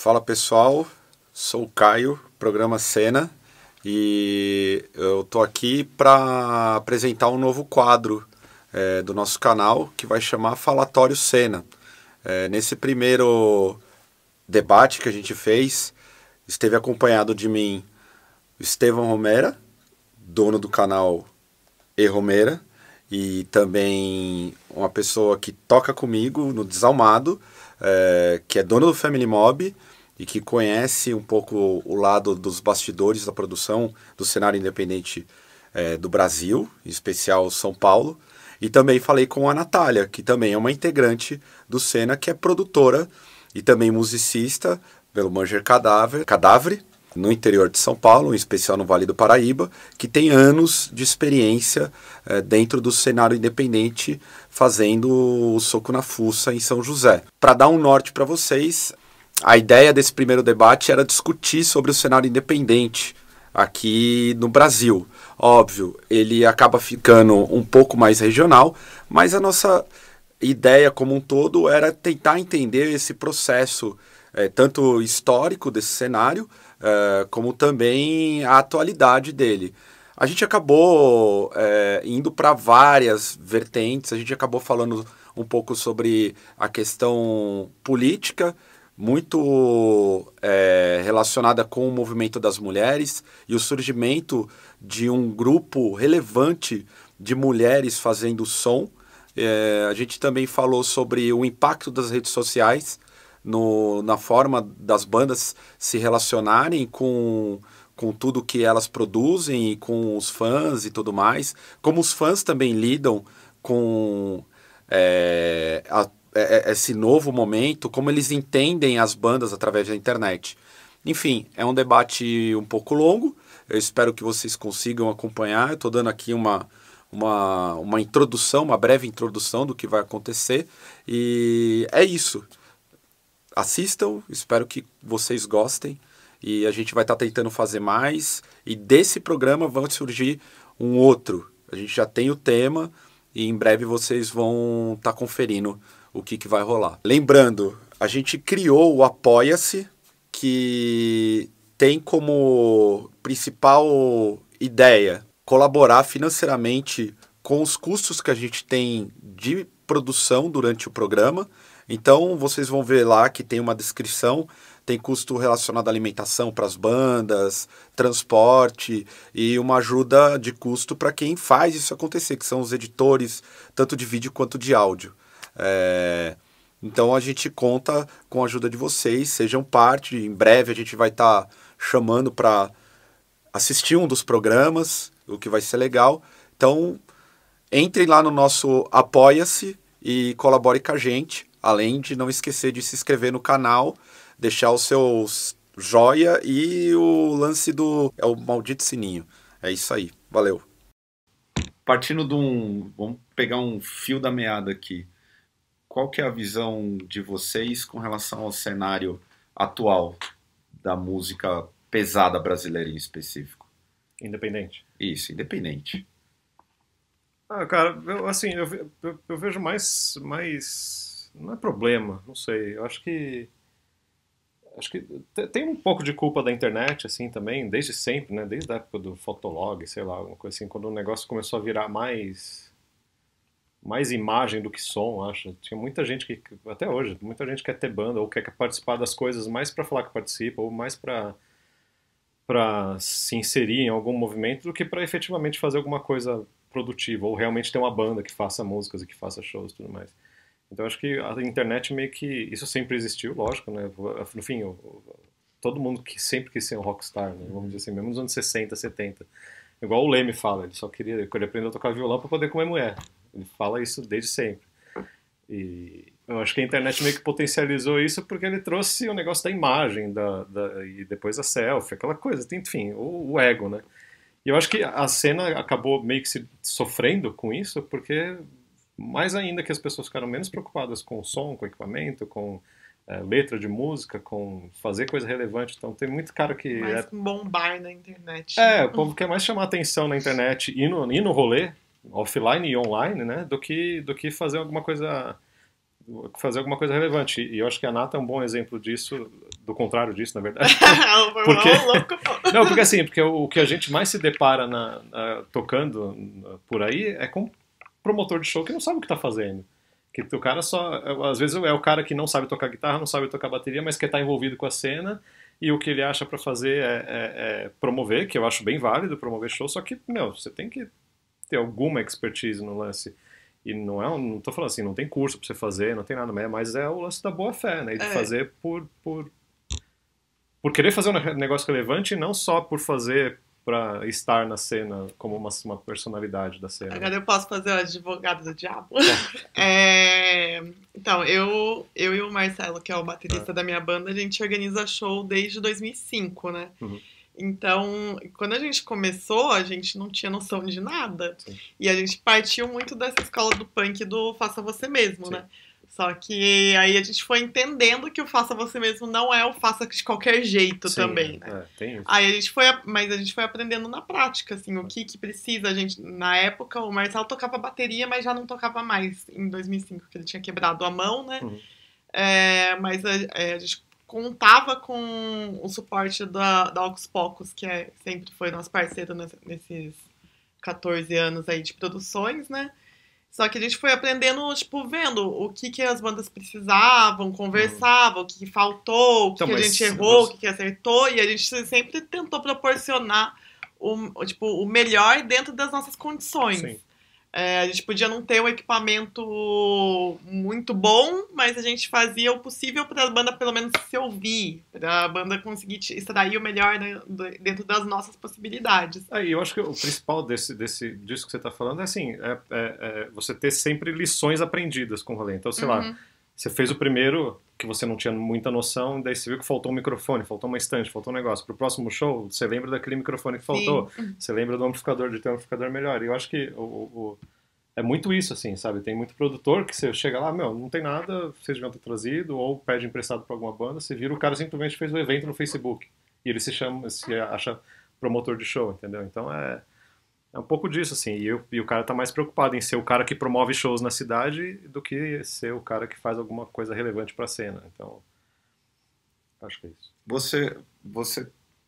Fala pessoal, sou o Caio, programa Cena, e eu tô aqui para apresentar um novo quadro do nosso canal que vai chamar Falatório Cena. Nesse primeiro debate que a gente fez, esteve acompanhado de mim o Estevão Romera, dono do canal E Romera, e também uma pessoa que toca comigo no Desalmado, que é dono do Family Mob e que conhece um pouco o lado dos bastidores da produção do cenário independente do Brasil, em especial São Paulo. E também falei com a Natália, que também é uma integrante do Cena, que é produtora e também musicista pelo Manger Cadáver, no interior de São Paulo, em especial no Vale do Paraíba, que tem anos de experiência dentro do cenário independente, fazendo o soco na fuça em São José. Para dar um norte para vocês, a ideia desse primeiro debate era discutir sobre o cenário independente aqui no Brasil. Óbvio, ele acaba ficando um pouco mais regional, mas a nossa ideia como um todo era tentar entender esse processo tanto histórico desse cenário, como também a atualidade dele. A gente acabou indo para várias vertentes, a gente acabou falando um pouco sobre a questão política, muito relacionada com o movimento das mulheres e o surgimento de um grupo relevante de mulheres fazendo som. A gente também falou sobre o impacto das redes sociais na forma das bandas se relacionarem com tudo que elas produzem e com os fãs e tudo mais, como os fãs também lidam com esse novo momento, como eles entendem as bandas através da internet. Enfim, é um debate um pouco longo, eu espero que vocês consigam acompanhar. Eu estou dando aqui uma introdução, uma breve introdução do que vai acontecer, e é isso. Assistam, espero que vocês gostem, e a gente vai estar tentando fazer mais, e desse programa vai surgir um outro. A gente já tem o tema, e em breve vocês vão estar conferindo o que vai rolar. Lembrando, a gente criou o Apoia-se, que tem como principal ideia colaborar financeiramente com os custos que a gente tem de produção durante o programa. Então vocês vão ver lá que tem uma descrição, tem custo relacionado à alimentação para as bandas, transporte e uma ajuda de custo para quem faz isso acontecer, que são os editores, tanto de vídeo quanto de áudio. Então a gente conta com a ajuda de vocês, sejam parte. Em breve a gente vai estar chamando para assistir um dos programas, o que vai ser legal. Então entrem lá no nosso Apoia-se e colabore com a gente. Além de não esquecer de se inscrever no canal, deixar o seu joia e o lance é o maldito sininho. É isso aí. Valeu. Partindo vamos pegar um fio da meada aqui. Qual que é a visão de vocês com relação ao cenário atual da música pesada brasileira em específico? Independente. Isso, independente. Cara, eu vejo mais... Não é problema, não sei. Eu acho que tem um pouco de culpa da internet, assim, também, desde sempre, né? Desde a época do Fotolog, sei lá, alguma coisa assim, quando o negócio começou a virar mais imagem do que som, acho. Tinha muita gente que, até hoje, muita gente quer ter banda ou quer participar das coisas mais pra falar que participa ou mais pra se inserir em algum movimento do que pra efetivamente fazer alguma coisa produtiva ou realmente ter uma banda que faça músicas e que faça shows e tudo mais. Então acho que a internet meio que... Isso sempre existiu, lógico, né? No fim, todo mundo que sempre quis ser um rockstar, né? Vamos dizer assim, mesmo nos anos 60, 70. Igual o Leme fala, ele aprendeu a tocar violão para poder comer mulher. Ele fala isso desde sempre. E eu acho que a internet meio que potencializou isso porque ele trouxe o negócio da imagem, e depois a selfie, aquela coisa, enfim, o ego, né? E eu acho que a cena acabou meio que se sofrendo com isso porque... Mais ainda que as pessoas ficaram menos preocupadas com o som, com o equipamento, com letra de música, com fazer coisa relevante. Então tem muito cara que... Mais bombar na internet. O povo quer mais chamar atenção na internet e no rolê, offline e online, né? Do que fazer alguma coisa relevante. E eu acho que a Nata é um bom exemplo disso do contrário disso, na verdade. Porque... louco. Não, porque assim, porque o que a gente mais se depara tocando por aí é com promotor de show que não sabe o que tá fazendo. Que o cara só... Às vezes é o cara que não sabe tocar guitarra, não sabe tocar bateria, mas quer estar envolvido com a cena, e o que ele acha pra fazer é promover, que eu acho bem válido promover show, só que, você tem que ter alguma expertise no lance. E não tô falando assim, não tem curso pra você fazer, não tem nada, mas é o lance da boa fé, né? E de fazer por querer fazer um negócio relevante e não só por fazer pra estar na cena como uma personalidade da cena. Agora eu posso fazer o advogado do diabo? Então, eu e o Marcelo, que é o baterista da minha banda, a gente organiza show desde 2005, né? Uhum. Então, quando a gente começou, a gente não tinha noção de nada. Sim. E a gente partiu muito dessa escola do punk do faça você mesmo, né? Só que aí a gente foi entendendo que o faça você mesmo não é o faça de qualquer jeito também, né? Tem isso. Aí a gente foi aprendendo na prática, assim, o que precisa. A gente, na época, o Marcelo tocava bateria, mas já não tocava mais em 2005, porque ele tinha quebrado a mão, né? Uhum. Mas a gente contava com o suporte da Ocus Pocus, que sempre foi nosso parceiro nesses 14 anos aí de produções, né? Só que a gente foi aprendendo, vendo o que as bandas precisavam, conversava, o que faltou, o que a gente errou, o que acertou, e a gente sempre tentou proporcionar o melhor dentro das nossas condições. Sim. A gente podia não ter um equipamento muito bom, mas a gente fazia o possível para a banda pelo menos se ouvir, para a banda conseguir extrair o melhor dentro das nossas possibilidades. Eu acho que o principal disso que você está falando é assim, você ter sempre lições aprendidas com o rolê. Então, sei lá, você fez o primeiro que você não tinha muita noção, daí você viu que faltou um microfone, faltou uma estante, faltou um negócio. Pro próximo show, você lembra daquele microfone que faltou. Sim. Você lembra do amplificador, de ter um amplificador melhor. E eu acho que é muito isso, assim, sabe? Tem muito produtor que você chega lá, não tem nada, vocês deviam ter trazido, ou pede emprestado pra alguma banda, você vira, o cara simplesmente fez um evento no Facebook. E ele se acha promotor de show, entendeu? Então é um pouco disso, assim, e o cara tá mais preocupado em ser o cara que promove shows na cidade do que ser o cara que faz alguma coisa relevante pra cena. Então, acho que é isso. Você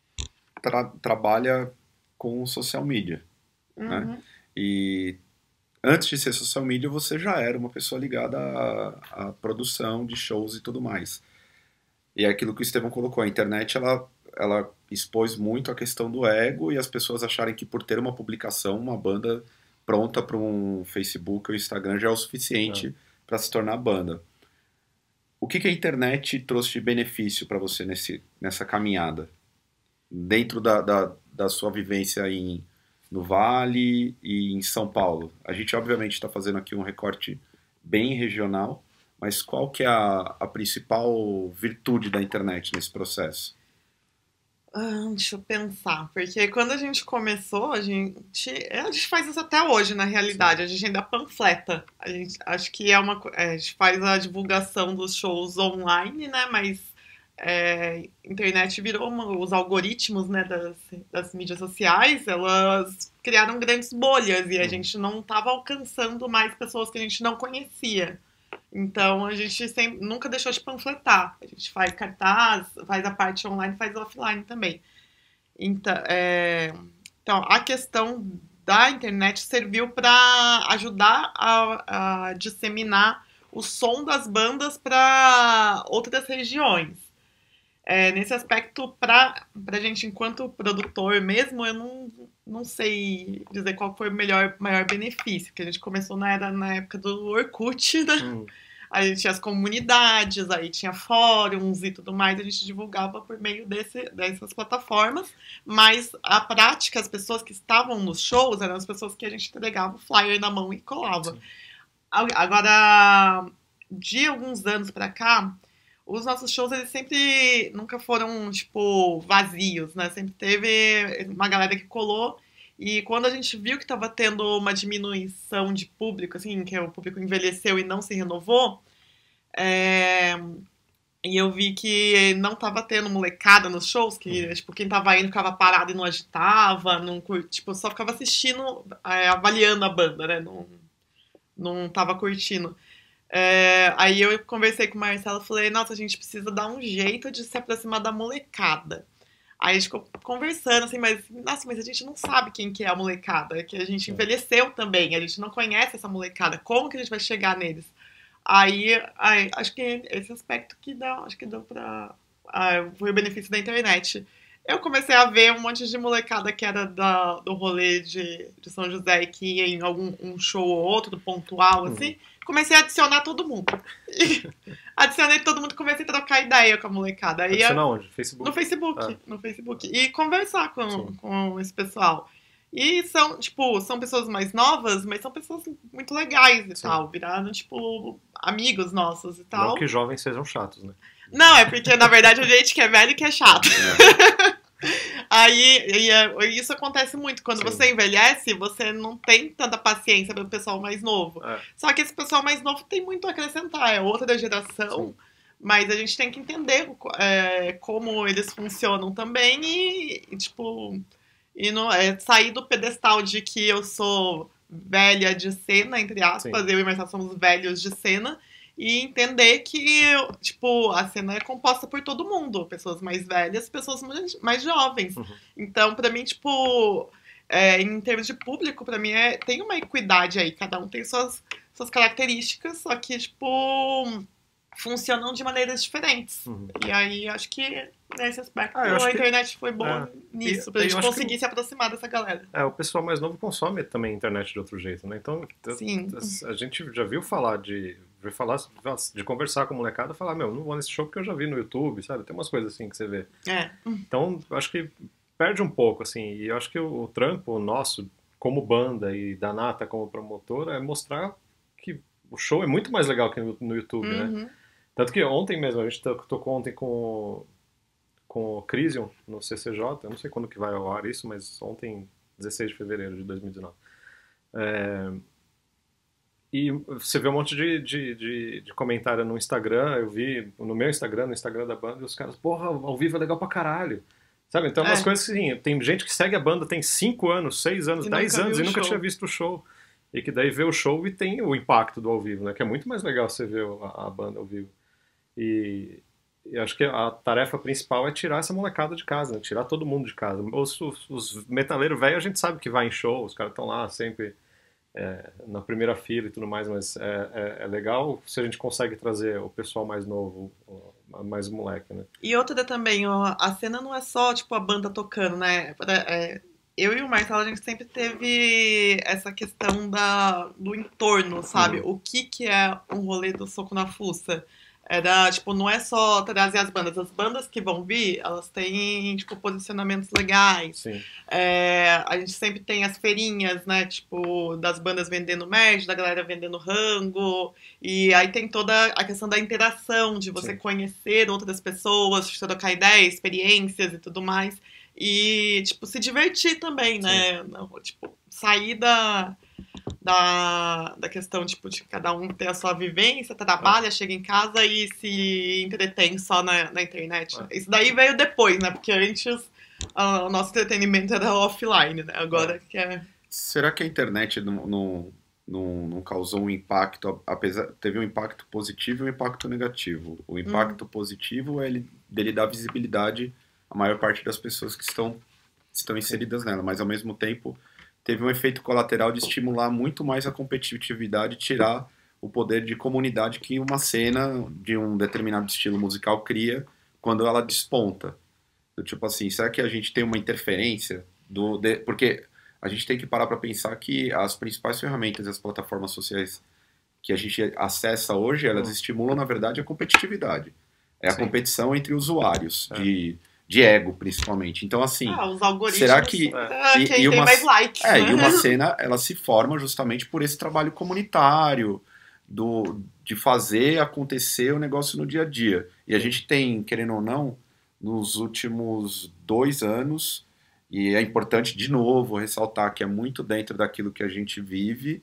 trabalha com social media, né? E antes de ser social media, você já era uma pessoa ligada à produção de shows e tudo mais. E é aquilo que o Estevão colocou, a internet, ela expôs muito a questão do ego e as pessoas acharem que por ter uma publicação, uma banda pronta para um Facebook ou Instagram já é o suficiente para se tornar banda. O que a internet trouxe de benefício para você nessa caminhada? Dentro da sua vivência no Vale e em São Paulo. A gente obviamente está fazendo aqui um recorte bem regional, mas qual que é a principal virtude da internet nesse processo? Deixa eu pensar, porque quando a gente começou, a gente faz isso até hoje, na realidade. Sim. A gente ainda panfleta. Acho que a gente faz a divulgação dos shows online, né? Mas internet virou os algoritmos, né, das mídias sociais, elas criaram grandes bolhas e a gente não estava alcançando mais pessoas que a gente não conhecia. Então, a gente nunca deixou de panfletar. A gente faz cartaz, faz a parte online, faz offline também. Então, a questão da internet serviu para ajudar a disseminar o som das bandas para outras regiões. Nesse aspecto, pra gente, enquanto produtor mesmo, eu não sei dizer qual foi o maior benefício, que a gente começou na época do Orkut, né? A gente tinha as comunidades, aí tinha fóruns e tudo mais, a gente divulgava por meio dessas plataformas, mas a prática, as pessoas que estavam nos shows eram as pessoas que a gente entregava o flyer na mão e colava. Sim. Agora, de alguns anos pra cá, os nossos shows, eles sempre nunca foram, vazios, né? Sempre teve uma galera que colou. E quando a gente viu que estava tendo uma diminuição de público, assim, que o público envelheceu e não se renovou, e eu vi que não estava tendo molecada nos shows, que quem estava indo ficava parado e não agitava, só ficava assistindo, avaliando a banda, né? Não estava curtindo. Aí eu conversei com o Marcelo e falei, nossa, a gente precisa dar um jeito de se aproximar da molecada. Aí a gente ficou conversando, assim, mas a gente não sabe quem que é a molecada, que a gente envelheceu também, a gente não conhece essa molecada, como que a gente vai chegar neles? Aí acho que esse aspecto que acho que deu pra... foi o benefício da internet. Eu comecei a ver um monte de molecada que era do rolê de São José, que ia em um show ou outro, pontual, assim. Comecei a adicionar todo mundo. Adicionei todo mundo e comecei a trocar ideia com a molecada. Adicionar onde? Facebook? No Facebook. E conversar com esse pessoal. E são pessoas mais novas, mas são pessoas muito legais e tal. Viraram, amigos nossos e tal. Não que jovens sejam chatos, né? Não, é porque, na verdade, a gente que é velho e que é chato. Aí, isso acontece muito. Quando você envelhece, você não tem tanta paciência pelo pessoal mais novo. Só que esse pessoal mais novo tem muito a acrescentar. É outra geração. Mas a gente tem que entender como eles funcionam também e não, sair do pedestal de que eu sou velha de cena, entre aspas. Eu e Marcelo somos velhos de cena. E entender que, a cena é composta por todo mundo. Pessoas mais velhas, pessoas mais jovens. Então, pra mim, em termos de público, pra mim tem uma equidade aí. Cada um tem suas características, só que, funcionam de maneiras diferentes. E aí, acho que nesse aspecto a internet foi boa nisso, pra gente conseguir se aproximar dessa galera. O pessoal mais novo consome também a internet de outro jeito, né? Então, a gente já viu falar de conversar com a molecada e falar, não vou nesse show porque eu já vi no YouTube, sabe? Tem umas coisas assim que você vê. Então, acho que perde um pouco, assim, e eu acho que o trampo nosso, como banda e da Nata como promotora, é mostrar que o show é muito mais legal que no YouTube, né? Tanto que ontem mesmo, a gente tocou ontem com o Crisium no CCJ, eu não sei quando que vai ao ar isso, mas ontem, 16 de fevereiro de 2019. E você vê um monte de comentário no Instagram, eu vi no meu Instagram, no Instagram da banda, e os caras, porra, ao vivo é legal pra caralho. Sabe? Então, umas coisas assim, tem gente que segue a banda tem 5 anos, 6 anos, 10 anos e nunca tinha visto o show. E que daí vê o show e tem o impacto do ao vivo, né? Que é muito mais legal você ver a banda ao vivo. E acho que a tarefa principal é tirar essa molecada de casa, né? Tirar todo mundo de casa. Os metaleiros velhos a gente sabe que vai em show, os caras estão lá sempre na primeira fila e tudo mais, mas é legal se a gente consegue trazer o pessoal mais novo, mais moleque, né? E outra também, a cena não é só, a banda tocando, né? Eu e o Marcelo, a gente sempre teve essa questão do entorno, sabe? O que é um rolê do Soco na Fuça? Era, não é só trazer as bandas. As bandas que vão vir, elas têm, posicionamentos legais. Sim. A gente sempre tem as feirinhas, né? Das bandas vendendo merch, da galera vendendo rango. E aí tem toda a questão da interação, de você conhecer outras pessoas, de trocar ideias, experiências e tudo mais. E, se divertir também, né? Não, sair da questão, de cada um ter a sua vivência, trabalha, chega em casa e se entretém só na internet. Isso daí veio depois, né? Porque antes o nosso entretenimento era offline, né? Agora que é... Será que a internet não causou um impacto, teve um impacto positivo e um impacto negativo? O impacto positivo é dele dar visibilidade à maior parte das pessoas que estão inseridas nela, mas ao mesmo tempo teve um efeito colateral de estimular muito mais a competitividade, tirar o poder de comunidade que uma cena de um determinado estilo musical cria quando ela desponta. Será que a gente tem uma interferência? Porque a gente tem que parar para pensar que as principais ferramentas das plataformas sociais que a gente acessa hoje, elas estimulam, na verdade, a competitividade. É a competição entre usuários, de ego, principalmente. Então, assim, os algoritmos, será que... quem tem mais likes, né? E uma cena, ela se forma justamente por esse trabalho comunitário, de fazer acontecer o negócio no dia a dia. E a gente tem, querendo ou não, nos últimos 2 anos, e é importante, de novo, ressaltar que é muito dentro daquilo que a gente vive,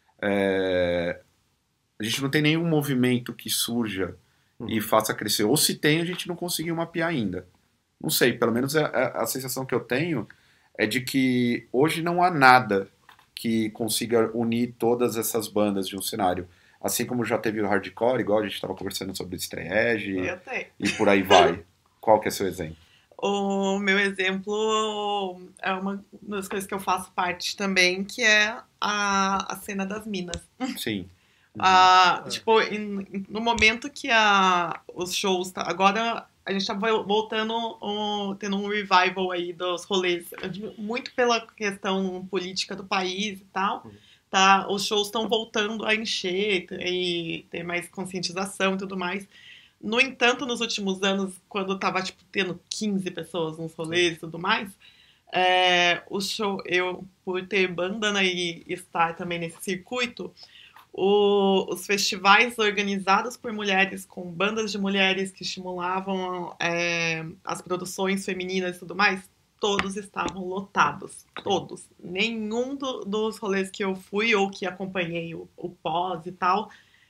a gente não tem nenhum movimento que surja e faça crescer. Ou se tem, a gente não conseguiu mapear ainda. Não sei, pelo menos a sensação que eu tenho é de que hoje não há nada que consiga unir todas essas bandas de um cenário. Assim como já teve o hardcore, igual a gente estava conversando sobre Strayhege Eu tenho. e por aí vai. Qual que é seu exemplo? O meu exemplo é uma das coisas que eu faço parte também, que é a cena das minas. Sim. Tipo, no momento que os shows. Agora a gente tá voltando, tendo um revival aí dos rolês, muito pela questão política do país e tal. Tá, os shows estão voltando a encher e ter mais conscientização e tudo mais. No entanto, nos últimos anos, quando tava, tipo, tendo 15 pessoas nos rolês e tudo mais, o show, eu, por ter banda, né, e estar também nesse circuito, os festivais organizados por mulheres, com bandas de mulheres que estimulavam as produções femininas e tudo mais, todos estavam lotados. Todos. Nenhum dos rolês que eu fui ou que acompanhei o pós e tal,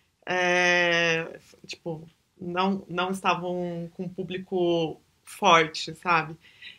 tipo, não estavam com público forte, sabe?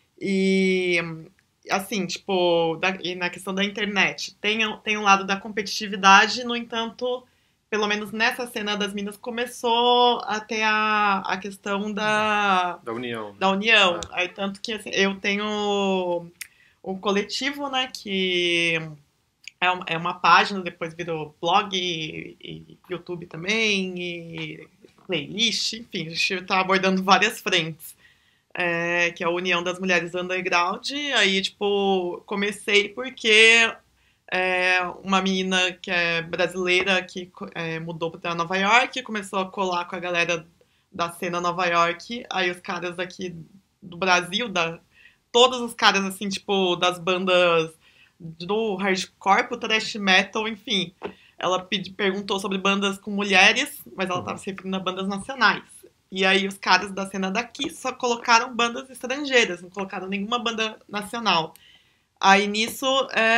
E assim, tipo, e na questão da internet, tem um lado da competitividade, no entanto, pelo menos nessa cena das minas, começou a ter a questão Da união. Da união. Aí, tanto que assim, eu tenho um coletivo, né, que é uma página, depois virou blog e YouTube também, e playlist, enfim, a gente está abordando várias frentes. Que é a União das Mulheres Underground. Aí, tipo, comecei porque uma menina que é brasileira que mudou para Nova York, começou a colar com a galera da cena Nova York. Aí os caras aqui do Brasil, todos os caras, assim, tipo, das bandas do hardcore pro thrash metal, enfim. Ela perguntou sobre bandas com mulheres, mas ela estava se referindo a bandas nacionais. E aí os caras da cena daqui só colocaram bandas estrangeiras, não colocaram nenhuma banda nacional. Aí nisso,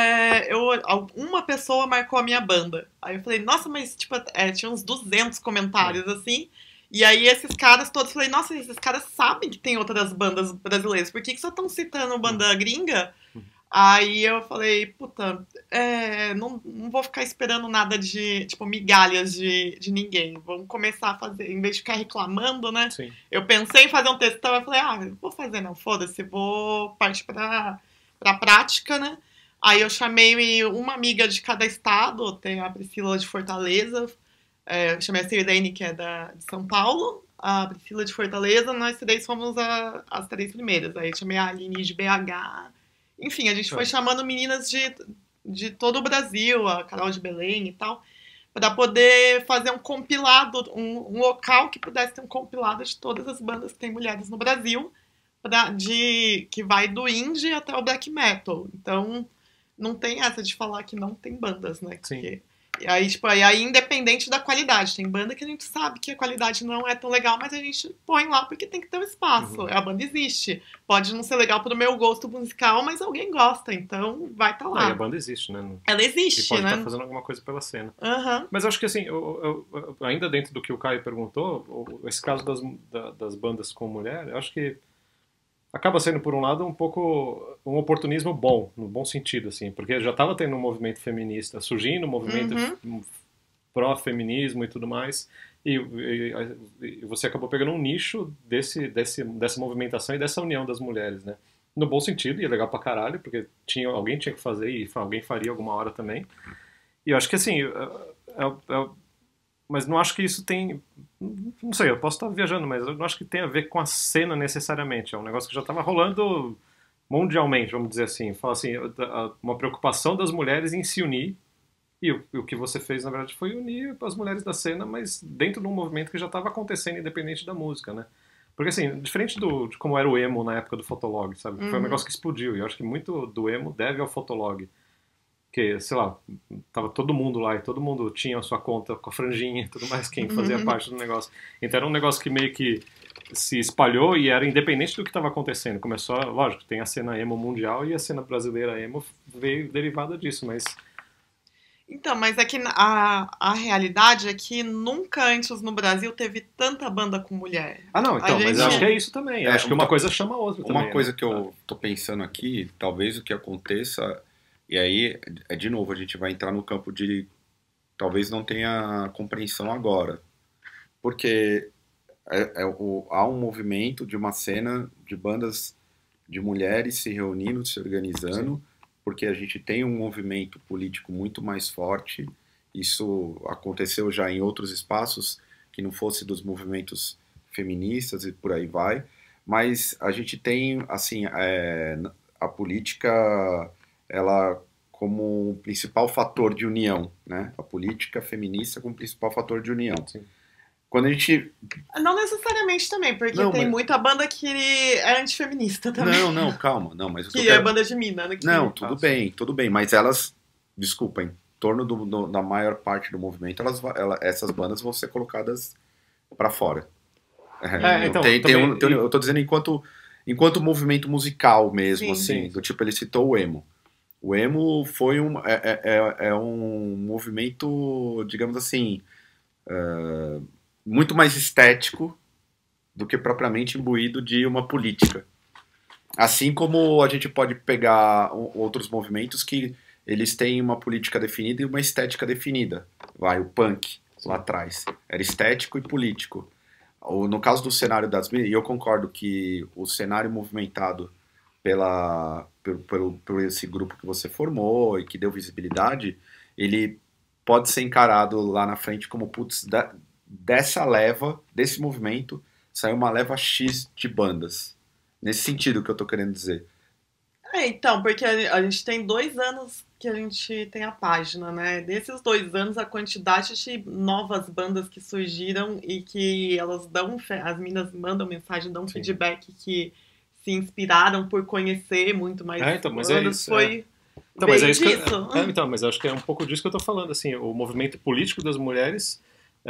uma pessoa marcou a minha banda. Aí eu falei, nossa, mas tipo, tinha uns 200 comentários, assim. E aí esses caras todos, falei, nossa, esses caras sabem que tem outras bandas brasileiras, por que só estão citando banda gringa? Aí eu falei, puta, não vou ficar esperando nada de, tipo, migalhas de ninguém. Vamos começar a fazer, em vez de ficar reclamando, né? Sim. Eu pensei em fazer um textão, eu falei, vou fazer não, foda-se, vou partir pra prática, né? Aí eu chamei uma amiga de cada estado, tem a Priscila de Fortaleza, chamei a Sirlene, que é de São Paulo, a Priscila de Fortaleza, nós três fomos as três primeiras. Aí chamei a Aline de BH. Enfim, a gente foi chamando meninas de todo o Brasil, a Carol de Belém e tal, para poder fazer um compilado, um local que pudesse ter um compilado de todas as bandas que tem mulheres no Brasil, que vai do indie até o black metal. Então, não tem essa de falar que não tem bandas, né? Sim. Porque, aí, tipo, aí, independente da qualidade, tem banda que a gente sabe que a qualidade não é tão legal, mas a gente põe lá porque tem que ter um espaço. A banda existe. Pode não ser legal pro meu gosto musical, mas alguém gosta, então vai estar lá. E a banda existe, né? Ela existe, e pode né? estar fazendo alguma coisa pela cena. Uhum. Mas eu acho que, assim, ainda dentro do que o Caio perguntou, esse caso das bandas com mulher, eu acho que acaba sendo, por um lado, um pouco um oportunismo bom, no bom sentido, assim, porque já estava tendo um movimento feminista surgindo, um movimento pró-feminismo e tudo mais, e você acabou pegando um nicho dessa movimentação e dessa união das mulheres, né? No bom sentido, e é legal pra caralho, porque alguém tinha que fazer e alguém faria alguma hora também. E eu acho que, assim, mas não acho que isso tem... Não sei, eu posso estar viajando, mas eu não acho que tem a ver com a cena necessariamente. É um negócio que já estava rolando mundialmente, vamos dizer assim. Fala assim, uma preocupação das mulheres em se unir. E o que você fez, na verdade, foi unir as mulheres da cena, mas dentro de um movimento que já estava acontecendo independente da música, né? Porque, assim, diferente de como era o emo na época do Fotolog, sabe? Foi um negócio que explodiu. E eu acho que muito do emo deve ao Fotolog. Porque, sei lá, tava todo mundo lá e todo mundo tinha a sua conta com a franjinha e tudo mais, quem fazia parte do negócio. Então era um negócio que meio que se espalhou e era independente do que estava acontecendo. Começou, lógico, tem a cena emo mundial e a cena brasileira emo veio derivada disso, mas... Então, mas é que a realidade é que nunca antes no Brasil teve tanta banda com mulher. Não, então, mas eu acho que é isso também. Eu acho que uma coisa chama a outra também. Uma coisa que eu tô pensando aqui, talvez o que aconteça... E aí, de novo, a gente vai entrar no campo de talvez não tenha compreensão agora. Porque há um movimento de uma cena de bandas de mulheres se reunindo, se organizando, sim, porque a gente tem um movimento político muito mais forte. Isso aconteceu já em outros espaços, que não fosse dos movimentos feministas e por aí vai. Mas a gente tem, assim, a política, ela como um principal fator de união, né? A política feminista como principal fator de união. Sim. Quando a gente... Não necessariamente também, porque não, tem muita banda que é antifeminista também. Não, calma. Não, mas que é banda de mina, né? Não, tudo bem, mas elas, desculpa, em torno da maior parte do movimento, essas bandas vão ser colocadas para fora. Então, eu tô dizendo enquanto movimento musical mesmo, sim, assim, sim. Do tipo, ele citou o emo. O emo foi um movimento, digamos assim, muito mais estético do que propriamente imbuído de uma política. Assim como a gente pode pegar outros movimentos que eles têm uma política definida e uma estética definida. O punk, lá atrás, era estético e político. No caso do cenário das minas, e eu concordo que o cenário movimentado por esse grupo que você formou e que deu visibilidade, ele pode ser encarado lá na frente como, putz, dessa leva, desse movimento, saiu uma leva X de bandas. Nesse sentido que eu tô querendo dizer. Então, porque a gente tem 2 anos que a gente tem a página, né? Desses 2 anos, a quantidade de novas bandas que surgiram e que elas as meninas mandam mensagem, dão feedback que se inspiraram por conhecer muito mais bandas, foi... Então, mas é isso mas acho que é um pouco disso que eu tô falando, assim, o movimento político das mulheres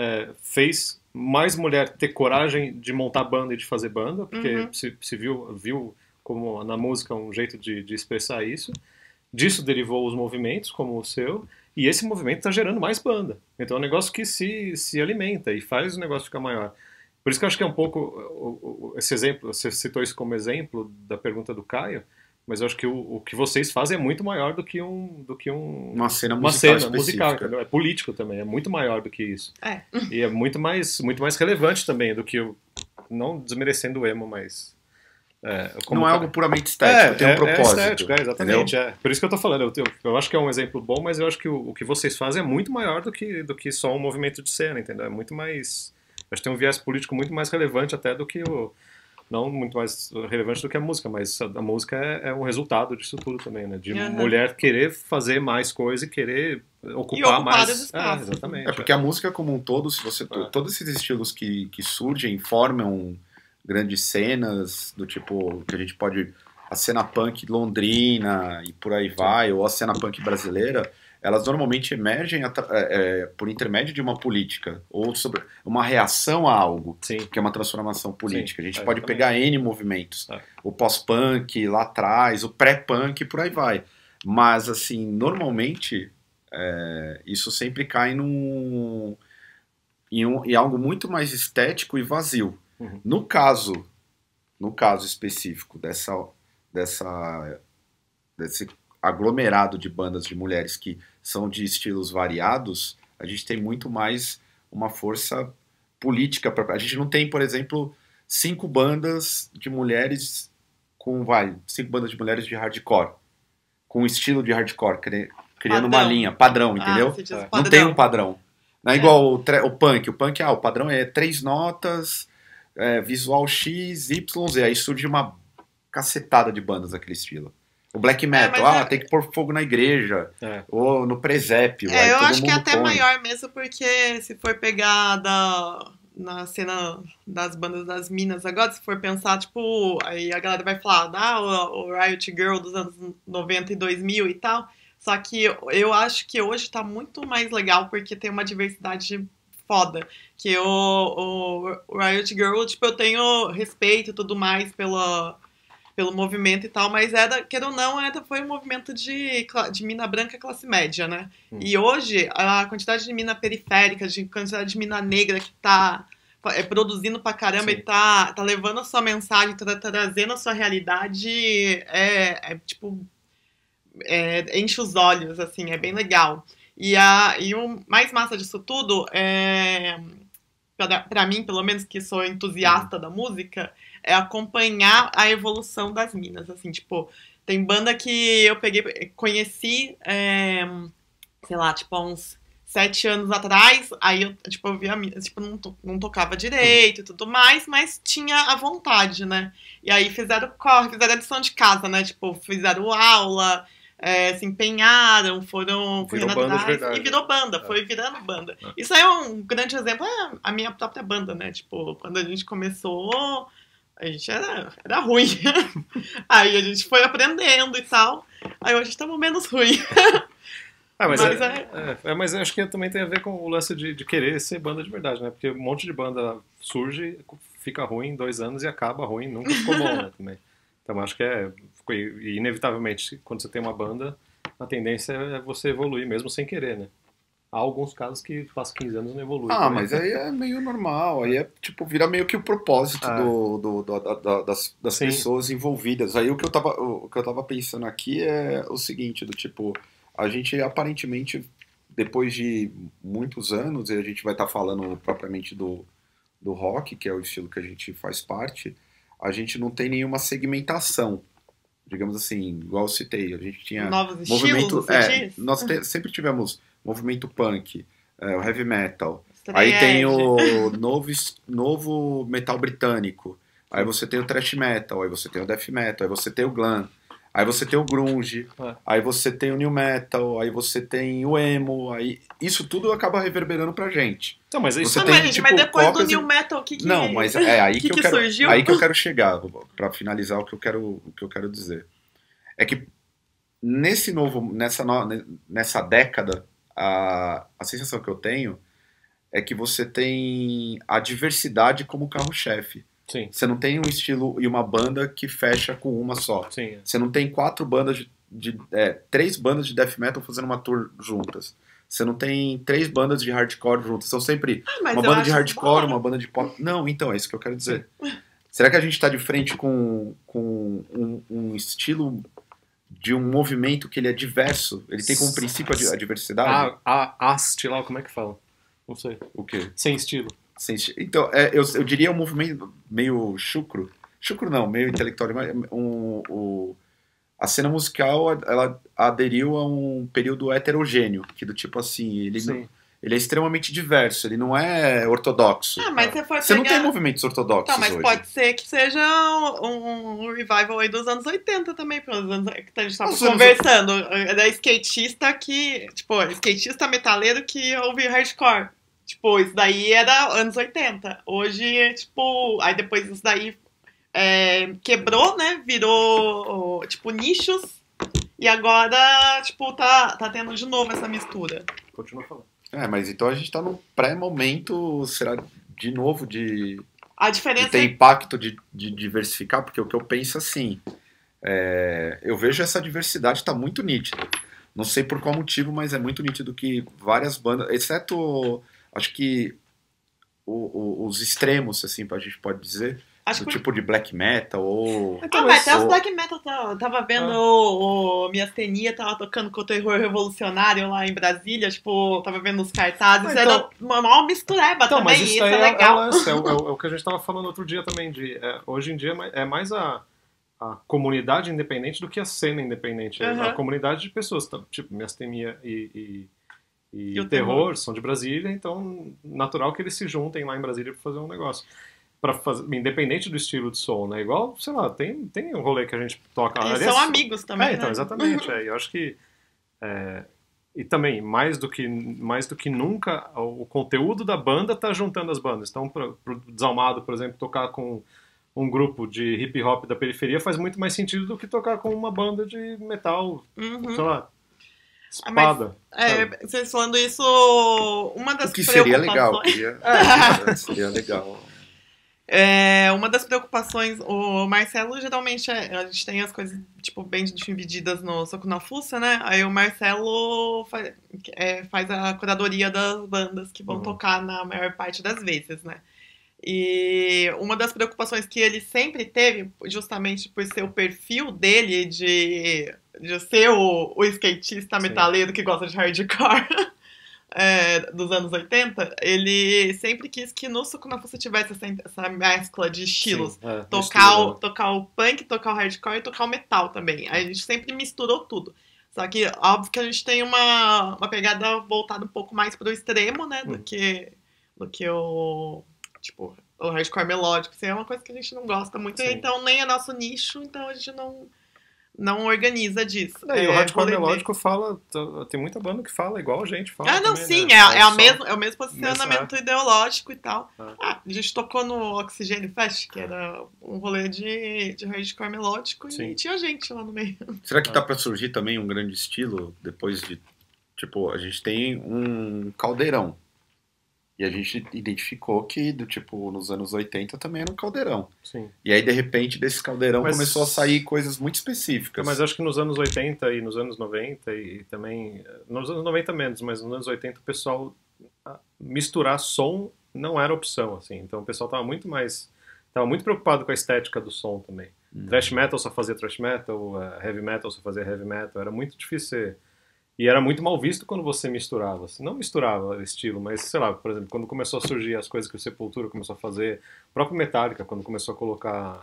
fez mais mulher ter coragem de montar banda e de fazer banda, porque se viu como na música um jeito de expressar isso. Disso derivou os movimentos, como o seu, e esse movimento está gerando mais banda. Então é um negócio que se alimenta e faz o negócio ficar maior. Por isso que eu acho que é um pouco esse exemplo, você citou isso como exemplo da pergunta do Caio, mas eu acho que o que vocês fazem é muito maior do que uma cena musical, entendeu? É político também, é muito maior do que isso. E é muito mais relevante também do que não desmerecendo o emo, mas não é algo puramente estético, tem um propósito. É estético, exatamente. Por isso que eu tô falando, eu acho que é um exemplo bom, mas eu acho que o que vocês fazem é muito maior do que só um movimento de cena, entendeu? É muito mais... Acho que tem um viés político muito mais relevante até do que não muito mais relevante do que a música, mas a música é um resultado disso tudo também, né? De mulher querer fazer mais coisa e querer ocupar mais espaço. Exatamente. Porque a música como um todo, se você todos esses estilos que surgem formam grandes cenas do tipo que a gente pode, a cena punk londrina e por aí vai, ou a cena punk brasileira, elas normalmente emergem por intermédio de uma política ou sobre uma reação a algo, que é uma transformação política. A gente pode pegar N movimentos, o pós-punk lá atrás, o pré-punk, por aí vai. Mas, assim, normalmente, isso sempre cai em algo muito mais estético e vazio. No caso específico desse aglomerado de bandas de mulheres que são de estilos variados, a gente tem muito mais uma força política. A gente não tem, por exemplo, 5 bandas de mulheres 5 bandas de mulheres de hardcore, com estilo de hardcore, criando uma linha, padrão, entendeu? Não tem um padrão. Não é igual o punk. O punk, o padrão é 3 notas, visual X, Y, Z. Aí surge uma cacetada de bandas daquele estilo. O black metal, tem que pôr fogo na igreja, ou no presépio. Eu acho que é até maior mesmo, porque se for pegar na cena das bandas das minas agora, se for pensar, tipo, aí a galera vai falar, o Riot Girl dos anos 90 e 2000 e tal, só que eu acho que hoje tá muito mais legal, porque tem uma diversidade foda, que o Riot Girl, tipo, eu tenho respeito e tudo mais pelo movimento e tal, mas queira ou não, foi um movimento de mina branca classe média, né? E hoje, a quantidade de mina periférica, de quantidade de mina negra que tá produzindo pra caramba e tá levando a sua mensagem, tá trazendo a sua realidade, tipo, enche os olhos, assim, é bem legal. E o mais massa disso tudo pra mim, pelo menos, que sou entusiasta da música, é acompanhar a evolução das minas, assim, tipo, tem banda que eu conheci, sei lá, tipo, há uns 7 anos atrás, aí eu vi a mina, tipo, não tocava direito e tudo mais, mas tinha a vontade, né? E aí fizeram corre, fizeram a lição de casa, né? Tipo, fizeram aula, se empenharam, foram correndo atrás e virou banda, foi virando banda. Isso aí é um grande exemplo, a minha própria banda, né? Tipo, quando a gente começou, a gente era ruim. Aí a gente foi aprendendo e tal. Aí hoje estamos menos ruim. Mas eu acho que também tem a ver com o lance de querer ser banda de verdade, né? Porque um monte de banda surge, fica ruim em 2 anos e acaba ruim, nunca ficou bom, né? Também. Então acho que inevitavelmente, quando você tem uma banda, a tendência é você evoluir mesmo sem querer, né? Há alguns casos que faz 15 anos não evolui. Ah, mas aí é meio normal, aí tipo, vira meio que o propósito das pessoas envolvidas. Aí o que eu tava pensando aqui é o seguinte, do tipo, a gente aparentemente, depois de muitos anos, e a gente vai estar falando propriamente do rock, que é o estilo que a gente faz parte, a gente não tem nenhuma segmentação, digamos assim, igual eu citei, a gente tinha novos movimento, estilos, nós sempre tivemos movimento punk, o heavy metal, Stray aí tem Edge. o novo metal britânico, aí você tem o thrash metal, aí você tem o death metal, aí você tem o glam, aí você tem o grunge, aí você tem o new metal, aí você tem o emo, aí isso tudo acaba reverberando pra gente. Então, mas isso mas depois do new metal, o que Não, mas é aí que surgiu? Aí que eu quero chegar, pra finalizar o que eu quero dizer. É que nessa década, a sensação que eu tenho é que você tem a diversidade como carro-chefe. Sim. Você não tem um estilo e uma banda que fecha com uma só. Sim. Você não tem 3 bandas de death metal fazendo uma tour juntas. Você não tem 3 bandas de hardcore juntas. São sempre uma banda de hardcore, uma banda de pop. Não, então, é isso que eu quero dizer. Será que a gente está de frente com um estilo de um movimento que ele é diverso? Ele tem como princípio a diversidade? Estilar, como é que fala? Não sei. O quê? Sem estilo. Então, eu diria um movimento meio chucro. Chucro não, meio intelectual. A cena musical, ela aderiu a um período heterogêneo, que do tipo assim, ele é extremamente diverso, ele não é ortodoxo. Mas você não tem movimentos ortodoxos mas hoje. Pode ser que seja um revival aí dos anos 80 também, pelos anos que a gente tava conversando. Era skatista skatista metaleiro que ouvia hardcore. Tipo, isso daí era anos 80. Hoje, tipo, aí depois isso daí quebrou, né? Virou, tipo, nichos. E agora, tipo, tá tendo de novo essa mistura. Continua falando. Mas então a gente tá num pré-momento, será, de novo, de diferença ter impacto de diversificar, porque o que eu penso assim, eu vejo essa diversidade tá muito nítida. Não sei por qual motivo, mas é muito nítido que várias bandas, exceto, acho que os extremos, assim, a gente pode dizer, tipo de black metal ou... mas até os black metal, tava vendo o Miastenia, tava tocando com o terror revolucionário lá em Brasília, tipo, tava vendo os cartazes, era uma mistureba também, mas isso é legal. É o que a gente tava falando outro dia também, hoje em dia é mais a comunidade independente do que a cena independente, a comunidade de pessoas, tipo, Miastenia e o terror são de Brasília, então natural que eles se juntem lá em Brasília pra fazer um negócio. Independente do estilo de som, né? Igual, sei lá, tem um rolê que a gente toca. E são amigos também, então, né? Exatamente. Eu acho que... e também, mais do que nunca, o conteúdo da banda tá juntando as bandas. Então, pro Desalmado, por exemplo, tocar com um grupo de hip hop da periferia faz muito mais sentido do que tocar com uma banda de metal, sei lá, espada. Vocês falando isso, uma das o que preocupações... seria legal. Uma das preocupações, o Marcelo geralmente a gente tem as coisas tipo bem divididas no Soco na Fuça, né? Aí o Marcelo faz a curadoria das bandas que vão tocar na maior parte das vezes, né? E uma das preocupações que ele sempre teve, justamente por ser o perfil dele de ser o skatista metaleiro que gosta de hardcore, dos anos 80, ele sempre quis que no Sukunafusa tivesse essa mescla de estilos. Sim, Tocar o punk, tocar o hardcore e tocar o metal também. Aí a gente sempre misturou tudo. Só que, óbvio que a gente tem uma pegada voltada um pouco mais pro extremo, né? Do que o... Tipo, o hardcore melódico. Assim, é uma coisa que a gente não gosta muito. Sim. Então, nem é nosso nicho. Então, a gente não organiza disso. E o hardcore melódico fala... Tem muita banda que fala igual a gente fala. Ah, não, também, sim. né? É o mesmo posicionamento ideológico e tal. A gente tocou no Oxigênio Fest, que era um rolê de hardcore melódico, Sim. e tinha gente lá no meio. Será que dá pra surgir também um grande estilo depois de... Tipo, a gente tem um caldeirão. E a gente identificou que, nos anos 80 também era um caldeirão. Sim. E aí, de repente, desse caldeirão começou a sair coisas muito específicas. Mas acho que nos anos 80 e nos anos 90 e também... Nos anos 90 menos, mas nos anos 80 o pessoal... Misturar som não era opção, assim. Então o pessoal tava muito preocupado com a estética do som também. Thrash metal só fazia thrash metal, heavy metal só fazia heavy metal. Era muito difícil E era muito mal visto quando você misturava. Assim. Não misturava estilo, mas, sei lá, por exemplo, quando começou a surgir as coisas que o Sepultura começou a fazer, o próprio Metallica, quando começou a colocar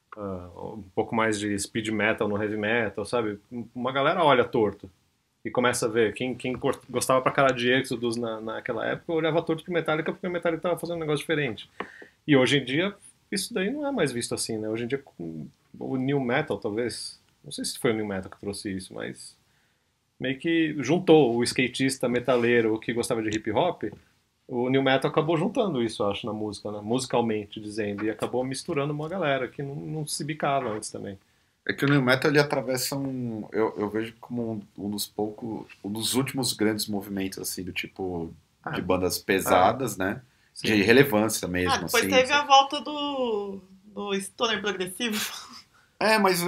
um pouco mais de speed metal no heavy metal, sabe? Uma galera olha torto e começa a ver. Quem gostava pra caralho de Exodus naquela época olhava torto pro Metallica porque o Metallica tava fazendo um negócio diferente. E hoje em dia, isso daí não é mais visto assim, né? Hoje em dia, o New Metal, talvez... Não sei se foi o New Metal que trouxe isso, mas... meio que juntou o skatista metaleiro que gostava de hip hop, o New Metal acabou juntando isso, eu acho, na música, né? Musicalmente dizendo, e acabou misturando uma galera que não se bicava antes também. É que o New Metal, ele atravessa eu vejo como um dos últimos grandes movimentos, assim, do tipo, de bandas pesadas, né? Sim. De relevância mesmo, depois assim. Teve a volta do stoner progressivo. Mas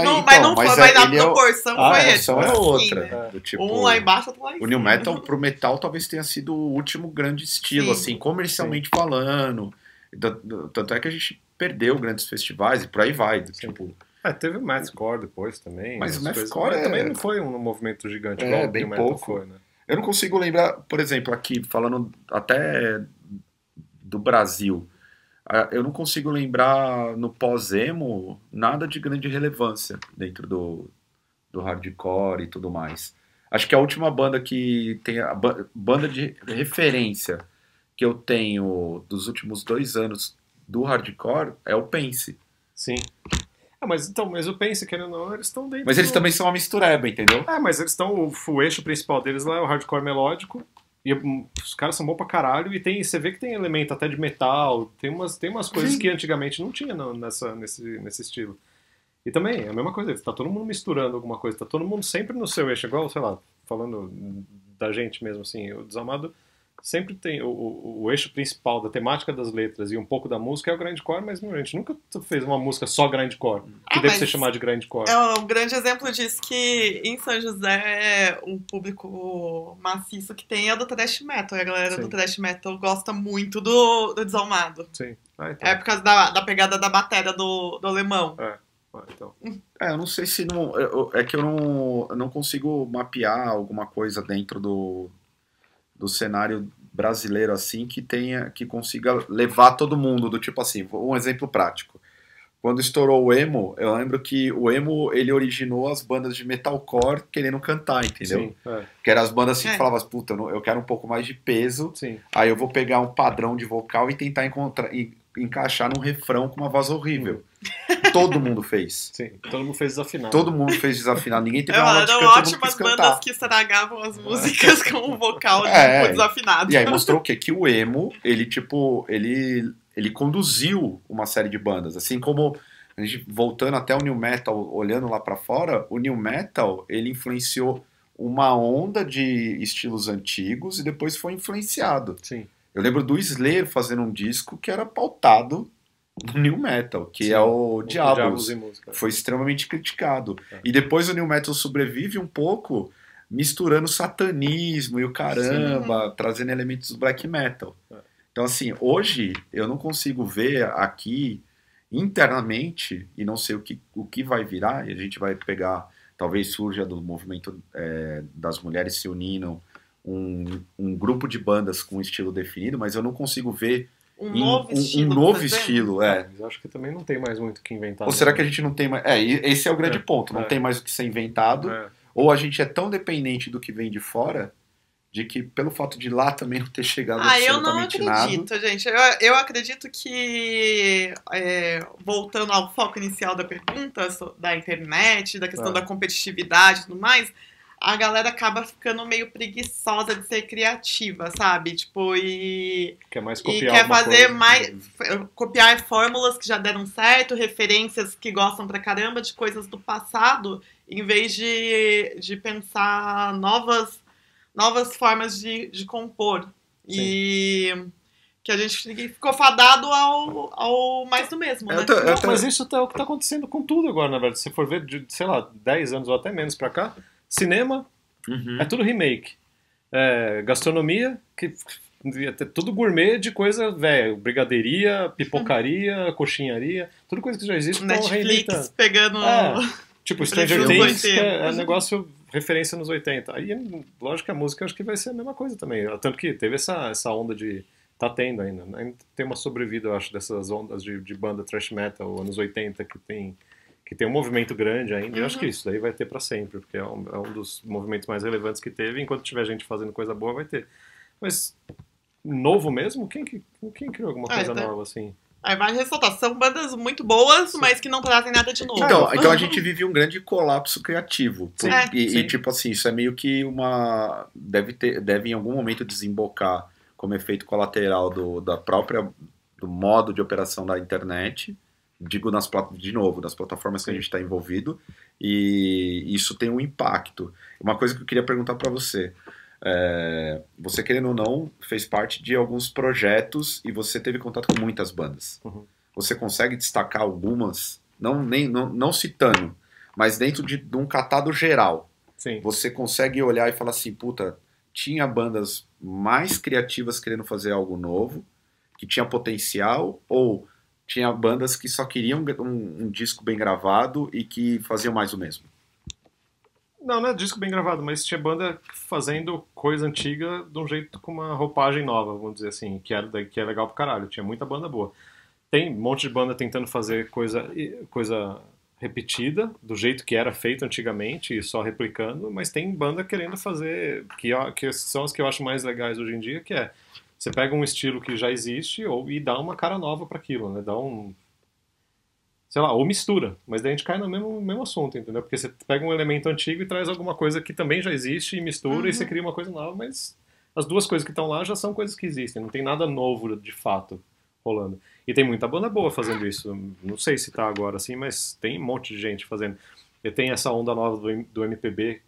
a proporção foi essa. É outra. Né? Do tipo, um lá embaixo, outro lá em cima. O New Metal pro metal talvez tenha sido o último grande estilo, assim, comercialmente falando. Tanto é que a gente perdeu grandes festivais e por aí vai. Tipo... teve o Mathcore depois também. Mas o Mathcore também não foi um movimento gigante igual bem o New Metal pouco. Foi, né? Eu não consigo lembrar, por exemplo, aqui, falando até do Brasil... Eu não consigo lembrar no pós-emo nada de grande relevância dentro do hardcore e tudo mais. Acho que a última banda que tem a banda de referência que eu tenho dos últimos 2 anos do hardcore é o Pense. Sim. Mas o Pense, querendo ou não, eles estão dentro. Mas eles também são uma mistureba, entendeu? Mas eles estão. O eixo principal deles lá é o hardcore melódico. E os caras são bons pra caralho. E você vê que tem elemento até de metal. Tem umas coisas que antigamente não tinha nesse estilo. E também, é a mesma coisa. Tá todo mundo misturando alguma coisa. Tá todo mundo sempre no seu eixo. Igual, sei lá, falando da gente mesmo, assim. O Desalmado sempre tem o eixo principal da temática das letras e um pouco da música é o grindcore, mas a gente nunca fez uma música só grindcore, que deve ser chamada de grindcore. É um grande exemplo disso que em São José o público maciço que tem é o do thrash metal, e a galera do thrash metal gosta muito do Desalmado. Sim. Então. É por causa da pegada da bateria do alemão. Então. Eu não sei se não... É que eu não consigo mapear alguma coisa dentro do cenário brasileiro assim que consiga levar todo mundo do tipo assim, um exemplo prático. Quando estourou o emo, eu lembro que o emo ele originou as bandas de metalcore querendo cantar, entendeu? Sim, que eram as bandas assim que falavam, puta, eu quero um pouco mais de peso, Sim. Aí eu vou pegar um padrão de vocal e tentar encaixar num refrão com uma voz horrível. Todo mundo fez. Sim, todo mundo fez desafinado. Todo mundo fez desafinado. Ninguém teve uma aula de canto, todo mundo quis ótimas cantar. bandas que estragavam as músicas com o vocal desafinado. E aí mostrou o quê? Que o emo, ele conduziu uma série de bandas. Assim como, a gente voltando até o New Metal, olhando lá pra fora, o New Metal, ele influenciou uma onda de estilos antigos e depois foi influenciado. Sim. Eu lembro do Slayer fazendo um disco que era pautado no New Metal, que é o Diabolos. Foi extremamente criticado. E depois o New Metal sobrevive um pouco misturando satanismo e o caramba, trazendo elementos do black metal. Então, assim, hoje eu não consigo ver aqui internamente, e não sei o que vai virar, e a gente vai pegar, talvez surja do movimento das mulheres se unindo, um grupo de bandas com um estilo definido, mas eu não consigo ver Um novo estilo. um novo estilo, Mas eu acho que também não tem mais muito o que inventar. Ou será que a gente não tem mais... esse é o grande ponto, não tem mais o que ser inventado, ou a gente é tão dependente do que vem de fora, de que pelo fato de lá também não ter chegado absolutamente nada... eu não acredito, gente. Eu acredito que, voltando ao foco inicial da pergunta, da internet, da questão da competitividade e tudo mais, a galera acaba ficando meio preguiçosa de ser criativa, sabe? Tipo, quer mais copiar, e quer fazer copiar fórmulas que já deram certo, referências que gostam pra caramba de coisas do passado, em vez de pensar novas formas de compor. Sim. E que a gente ficou fadado ao mais do mesmo, né? Mas isso é o que tá acontecendo com tudo agora, na verdade. Se for ver, sei lá, 10 anos ou até menos pra cá, cinema é tudo remake. Gastronomia, que devia ter tudo gourmet de coisa velha. Brigadeiria, pipocaria, coxinharia, tudo coisa que já existe. Netflix pegando... tipo, Stranger Things, que é negócio... referência nos 80. Aí, lógico que a música acho que vai ser a mesma coisa também. Tanto que teve essa onda de... Tá tendo ainda. Ainda tem uma sobrevida, eu acho, dessas ondas de banda thrash metal, anos 80, que tem um movimento grande ainda. Eu acho que isso daí vai ter pra sempre, porque é um dos movimentos mais relevantes que teve. Enquanto tiver gente fazendo coisa boa, vai ter. Mas, novo mesmo? Quem criou alguma coisa nova, assim? Aí vai ressaltar, são bandas muito boas, mas que não trazem nada de novo. Então a gente vive um grande colapso criativo. E tipo assim, isso é meio que deve em algum momento desembocar como efeito colateral do modo de operação da internet, digo das plataformas que a gente está envolvido, e isso tem um impacto. Uma coisa que eu queria perguntar para você, você querendo ou não, fez parte de alguns projetos e você teve contato com muitas bandas. Você consegue destacar algumas, não citando, mas dentro de um catado geral. Sim. Você consegue olhar e falar assim, puta, tinha bandas mais criativas querendo fazer algo novo, que tinha potencial, ou tinha bandas que só queriam um disco bem gravado e que faziam mais o mesmo? Não é disco bem gravado, mas tinha banda fazendo coisa antiga de um jeito com uma roupagem nova, vamos dizer assim, que é legal pro caralho. Tinha muita banda boa. Tem um monte de banda tentando fazer coisa repetida, do jeito que era feito antigamente, e só replicando, mas tem banda querendo fazer, que são as que eu acho mais legais hoje em dia, que você pega um estilo que já existe e dá uma cara nova para aquilo, né? Dá sei lá, ou mistura, mas daí a gente cai no mesmo assunto, entendeu? Porque você pega um elemento antigo e traz alguma coisa que também já existe e mistura e você cria uma coisa nova, mas as duas coisas que estão lá já são coisas que existem, não tem nada novo de fato rolando. E tem muita banda boa fazendo isso, não sei se tá agora assim, mas tem um monte de gente fazendo. E tem essa onda nova do MPB,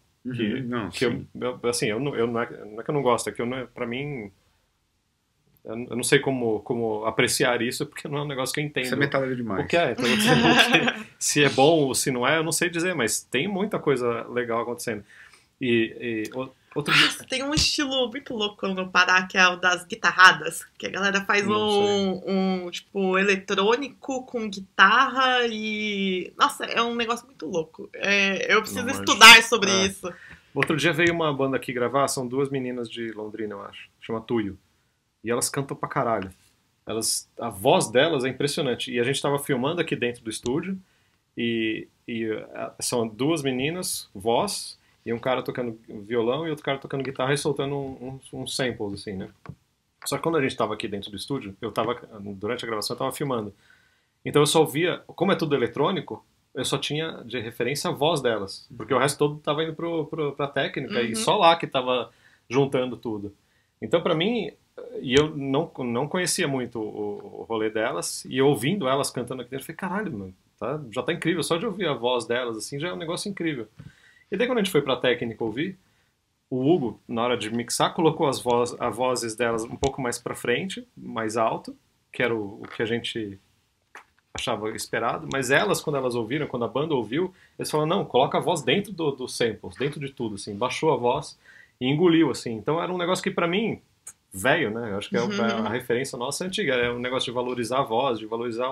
não é que eu não gosto, é que pra mim... Eu não sei como apreciar isso, porque não é um negócio que eu entendo. Isso é metálico demais. O que é? Então, se é bom ou se não é, eu não sei dizer, mas tem muita coisa legal acontecendo. Outro dia... Tem um estilo muito louco no Pará, que é o das guitarradas, que a galera faz tipo, eletrônico com guitarra e... Nossa, é um negócio muito louco. Eu preciso estudar sobre isso. Outro dia veio uma banda aqui gravar, são duas meninas de Londrina, eu acho, chama Tuyo. E elas cantam pra caralho. A voz delas é impressionante. E a gente tava filmando aqui dentro do estúdio. E são duas meninas, voz, e um cara tocando violão e outro cara tocando guitarra e soltando uns samples, assim, né? Só que quando a gente tava aqui dentro do estúdio, durante a gravação eu tava filmando. Então eu só ouvia, como é tudo eletrônico, eu só tinha de referência a voz delas. Porque o resto todo tava indo pra técnica e só lá que tava juntando tudo. Então pra mim... E eu não conhecia muito o rolê delas, e ouvindo elas cantando aqui dentro, eu falei, caralho, mano, já tá incrível, só de ouvir a voz delas, assim, já é um negócio incrível. E daí quando a gente foi pra técnica ouvir, o Hugo, na hora de mixar, colocou as vozes delas um pouco mais pra frente, mais alto, que era o que a gente achava esperado, mas elas, quando elas ouviram, quando a banda ouviu, eles falaram, não, coloca a voz dentro dos samples, dentro de tudo, assim, baixou a voz e engoliu, assim. Então era um negócio que pra mim... velho, né? Eu acho que a referência nossa é antiga. É um negócio de valorizar a voz, de valorizar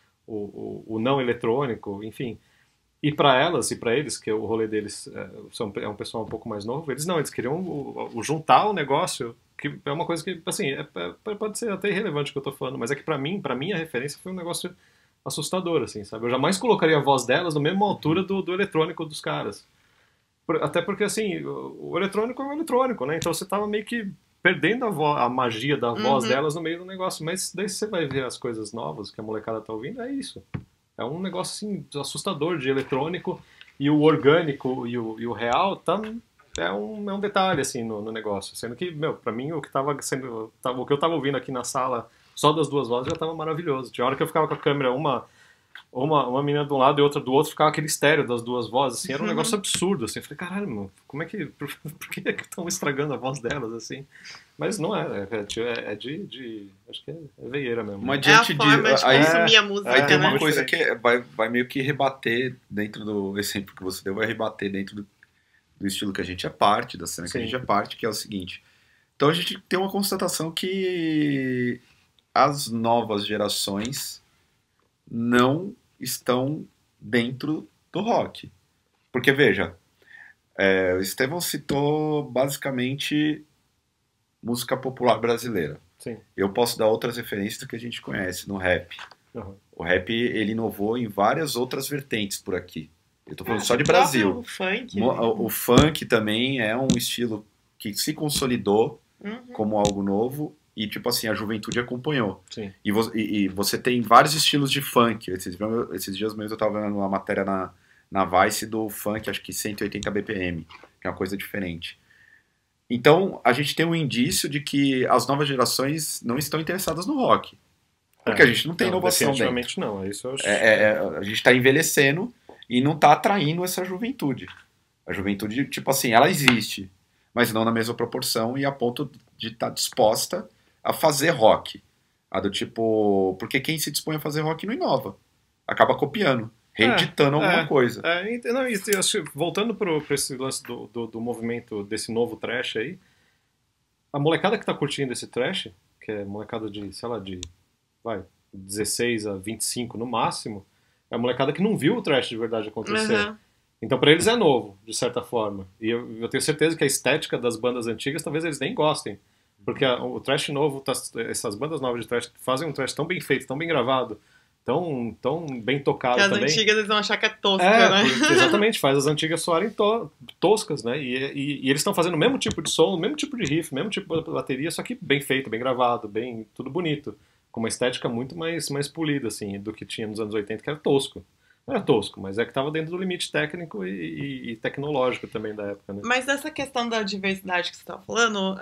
o não eletrônico, enfim. E para elas e para eles, que o rolê deles é um pessoal um pouco mais novo, eles queriam juntar o negócio, que é uma coisa que, assim, pode ser até irrelevante o que eu tô falando, mas é que para mim a referência foi um negócio assustador, assim, sabe? Eu jamais colocaria a voz delas na mesma altura do eletrônico dos caras. Até porque, assim, o eletrônico é o eletrônico, né? Então você tava meio que perdendo a magia da voz delas no meio do negócio. Mas daí você vai ver as coisas novas que a molecada tá ouvindo, é isso. É um negócio, assim, assustador de eletrônico, e o orgânico e o real é um detalhe, assim, no negócio. Sendo que, meu, pra mim, o que eu tava ouvindo aqui na sala, só das duas vozes, já tava maravilhoso. Tinha hora que eu ficava com a câmera, uma menina de um lado e outra do outro, ficava aquele estéreo das duas vozes, assim, era um negócio absurdo, assim. Eu falei, caralho, mano, como é que... Por que estão estragando a voz delas, assim? Mas não acho que é veieira mesmo. Mas É a diante forma de consumir a música, aí tem né? uma coisa que vai meio que rebater dentro do exemplo que você deu, vai rebater dentro do estilo que a gente é parte, da cena que a gente é parte, que é o seguinte. Então a gente tem uma constatação que as novas gerações não estão dentro do rock. Porque, veja, o Estevão citou basicamente música popular brasileira. Sim. Eu posso dar outras referências do que a gente conhece no rap. Uhum. O rap, ele inovou em várias outras vertentes por aqui. Eu tô falando só de Brasil. O funk. O funk também é um estilo que se consolidou como algo novo e, tipo assim, a juventude acompanhou. Sim. E você tem vários estilos de funk. Esses dias mesmo eu tava vendo uma matéria na Vice do funk, acho que 180 BPM, que é uma coisa diferente. Então, a gente tem um indício de que as novas gerações não estão interessadas no rock. Porque a gente não tem inovação dentro. Definitivamente não, isso eu acho... A gente está envelhecendo e não está atraindo essa juventude. A juventude, tipo assim, ela existe, mas não na mesma proporção e a ponto de estar disposta a fazer rock. A do tipo... Porque quem se dispõe a fazer rock não inova. Acaba copiando, reeditando alguma coisa. Voltando para esse lance do movimento desse novo trash aí, a molecada que tá curtindo esse trash, que é molecada de, sei lá, de 16 a 25 no máximo, é a molecada que não viu o trash de verdade acontecer. Então para eles é novo, de certa forma. E eu tenho certeza que a estética das bandas antigas talvez eles nem gostem. Porque o trash novo, essas bandas novas de trash fazem um trash tão bem feito, tão bem gravado, tão bem tocado que também. As antigas eles vão achar que é tosca, né? Exatamente, faz as antigas soarem toscas, né? E eles estão fazendo o mesmo tipo de som, o mesmo tipo de riff, o mesmo tipo de bateria, só que bem feito, bem gravado, tudo bonito. Com uma estética muito mais polida, assim, do que tinha nos anos 80, que era tosco. Não era tosco, mas é que estava dentro do limite técnico e tecnológico também da época, né? Mas essa questão da diversidade que você estava falando,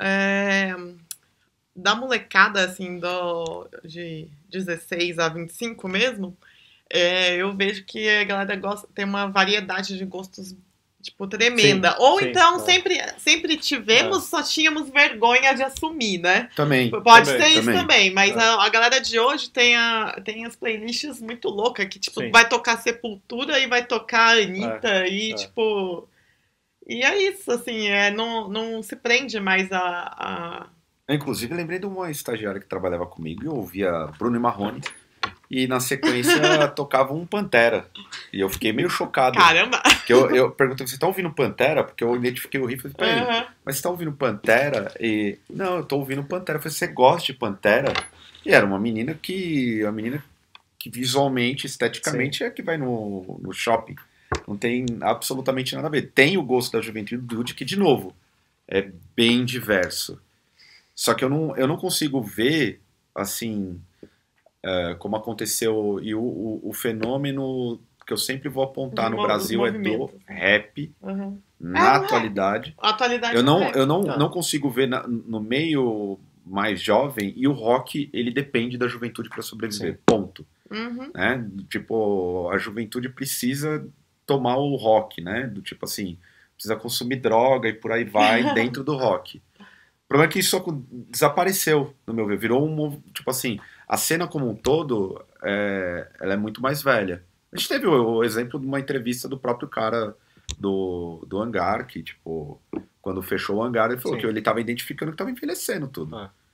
da molecada, assim, de 16 a 25 mesmo, eu vejo que a galera tem uma variedade de gostos, tipo, tremenda. Ou então, sempre tivemos, só tínhamos vergonha de assumir, né? Também. Pode ser isso também, mas a galera de hoje tem as playlists muito loucas, que, tipo, vai tocar Sepultura e vai tocar Anitta tipo... E é isso, assim, não se prende mais Inclusive, lembrei de uma estagiária que trabalhava comigo e eu ouvia Bruno e Marrone e na sequência tocava um Pantera. E eu fiquei meio chocado. Caramba! Que eu perguntei, você tá ouvindo Pantera? Porque eu identifiquei o riff e falei, peraí, mas você tá ouvindo Pantera? E, não, eu tô ouvindo Pantera. Eu falei, você gosta de Pantera? E era uma menina que visualmente, esteticamente, é que vai no shopping. Não tem absolutamente nada a ver. Tem o gosto da juventude do que, de novo, é bem diverso. Só que eu não consigo ver, assim, como aconteceu. E o fenômeno que eu sempre vou apontar no Brasil é do rap, na atualidade. Eu não consigo ver no meio mais jovem, e o rock, ele depende da juventude para sobreviver, ponto. Né? Tipo, a juventude precisa tomar o rock, né? Do tipo assim, precisa consumir droga e por aí vai dentro do rock. O problema é que isso desapareceu, no meu ver. Virou tipo assim, a cena como um todo, ela é muito mais velha. A gente teve o exemplo de uma entrevista do próprio cara do Hangar, que, tipo, quando fechou o Hangar, ele falou que ele estava identificando que estava envelhecendo tudo.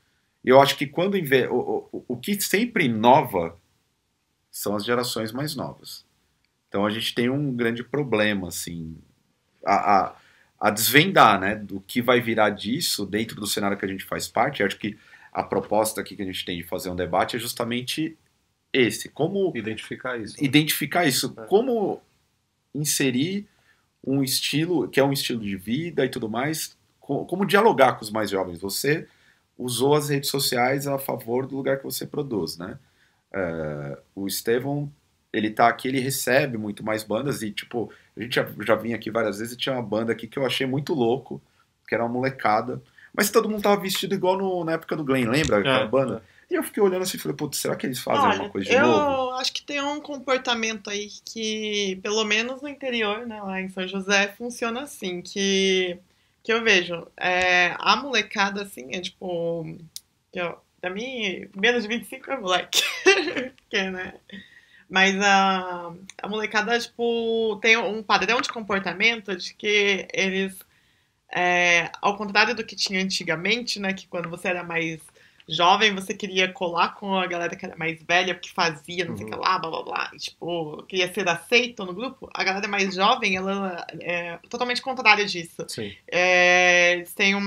E eu acho que o que sempre inova são as gerações mais novas. Então a gente tem um grande problema, assim, a desvendar, né, do que vai virar disso dentro do cenário que a gente faz parte. Eu acho que a proposta aqui que a gente tem de fazer um debate é justamente esse. Como Identificar isso. identificar isso. Como inserir um estilo, que é um estilo de vida e tudo mais, como dialogar com os mais jovens. Você usou as redes sociais a favor do lugar que você produz, né? O Estevão, ele tá aqui, ele recebe muito mais bandas e, tipo, a gente já vinha aqui várias vezes e tinha uma banda aqui que eu achei muito louco, que era uma molecada, mas todo mundo tava vestido igual na época do Glenn, lembra aquela banda? E eu fiquei olhando assim e falei, putz, será que eles fazem alguma coisa de novo? Eu acho que tem um comportamento aí que, pelo menos no interior, né, lá em São José, funciona assim, que eu vejo. A molecada, assim, é tipo... Pra mim, menos de 25 é moleque. que, né? Mas a molecada, tipo, tem um padrão de comportamento de que eles, ao contrário do que tinha antigamente, né, que quando você era mais jovem, você queria colar com a galera que era mais velha, porque fazia, não sei o que lá, blá blá blá, e, tipo, queria ser aceito no grupo. A galera mais jovem, ela é totalmente contrária disso. Sim. Eles têm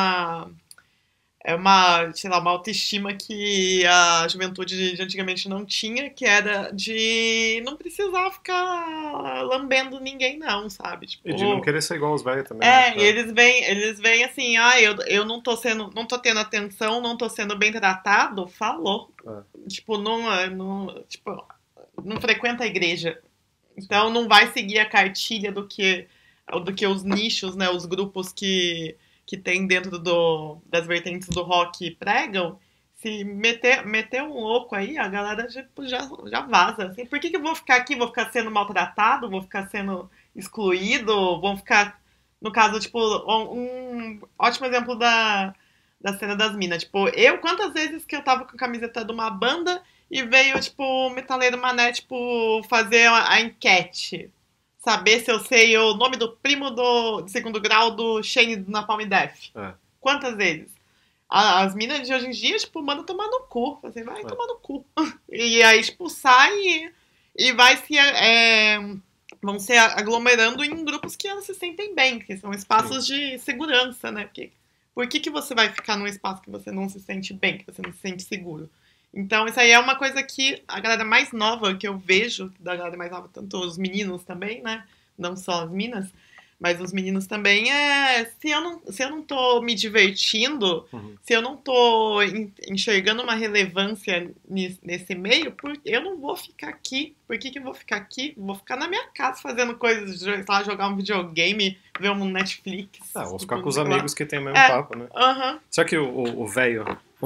sei lá, uma autoestima que a juventude de antigamente não tinha, que era de não precisar ficar lambendo ninguém, não, sabe? Tipo, E de não querer ser igual aos velhos também. e eles vêm assim, eu não tô tendo atenção, não tô sendo bem tratado, falou. Tipo, não frequenta a igreja. Então não vai seguir a cartilha do que os nichos, né, os grupos que tem dentro das vertentes do rock pregam. Se meter um louco aí, a galera tipo, já vaza. Assim, por que eu vou ficar aqui? Vou ficar sendo maltratado? Vou ficar sendo excluído? Vão ficar, no caso, tipo, um ótimo exemplo da cena das minas. Tipo, quantas vezes que eu tava com a camiseta de uma banda e veio, tipo, o Metaleiro Mané, tipo, fazer a enquete. Saber se eu sei o nome do primo de segundo grau do Shane do Napalm Death. Quantas vezes? As minas de hoje em dia, tipo, mandam tomar no cu. Assim, vai tomar no cu. E aí, tipo, sai e vai se... vão se aglomerando em grupos que elas se sentem bem, que são espaços de segurança, né? Porque, por que você vai ficar num espaço que você não se sente bem, que você não se sente seguro? Então, isso aí é uma coisa que a galera mais nova que eu vejo, da galera mais nova, tanto os meninos também, né? Não só as minas, mas os meninos também, se eu não tô me divertindo, se eu não tô enxergando uma relevância nesse meio, eu não vou ficar aqui. Por que eu vou ficar aqui? Vou ficar na minha casa fazendo coisas, sei lá, jogar um videogame, ver um Netflix. Vou ficar com os amigos que tem o mesmo papo, né? Só que o velho,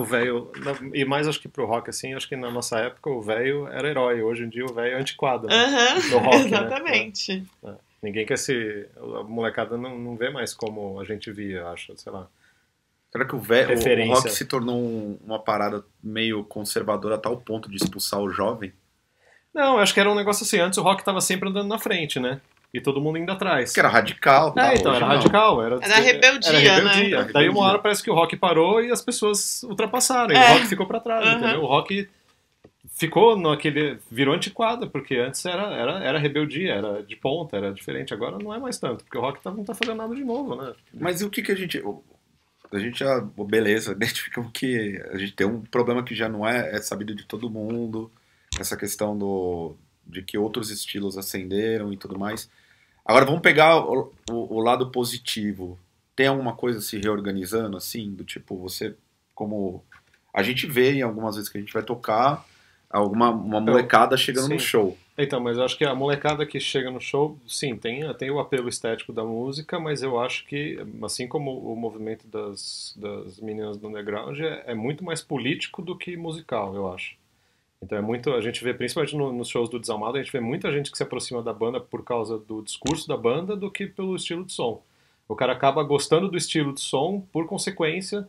e mais acho que pro rock, assim, acho que na nossa época o velho era herói, hoje em dia o velho é antiquado, né? Do rock, exatamente. Né? Ninguém quer a molecada não vê mais como a gente via, acho, sei lá. Será que o rock se tornou uma parada meio conservadora a tal ponto de expulsar o jovem? Não, acho que era um negócio assim, antes o rock tava sempre andando na frente, né? E todo mundo indo atrás. Que era radical. Então, era radical. Era rebeldia, né? Daí uma hora parece que o rock parou e as pessoas ultrapassaram. E o rock ficou pra trás, entendeu? O rock ficou virou antiquado, porque antes era rebeldia, era de ponta, era diferente. Agora não é mais tanto, porque o rock não tá fazendo nada de novo, né? Mas e o que a gente... A gente já, beleza, identificamos que a gente tem um problema que já não é sabido de todo mundo, essa questão de que outros estilos ascenderam e tudo mais. Agora vamos pegar o lado positivo. Tem alguma coisa se reorganizando, assim, do tipo, você, como a gente vê em algumas vezes que a gente vai tocar, uma molecada chegando no show. Então, mas eu acho que a molecada que chega no show, sim, tem o apelo estético da música, mas eu acho que, assim como o movimento das meninas do underground, é muito mais político do que musical, eu acho. Então a gente vê, principalmente nos shows do Desalmado, a gente vê muita gente que se aproxima da banda por causa do discurso da banda do que pelo estilo de som. O cara acaba gostando do estilo de som por consequência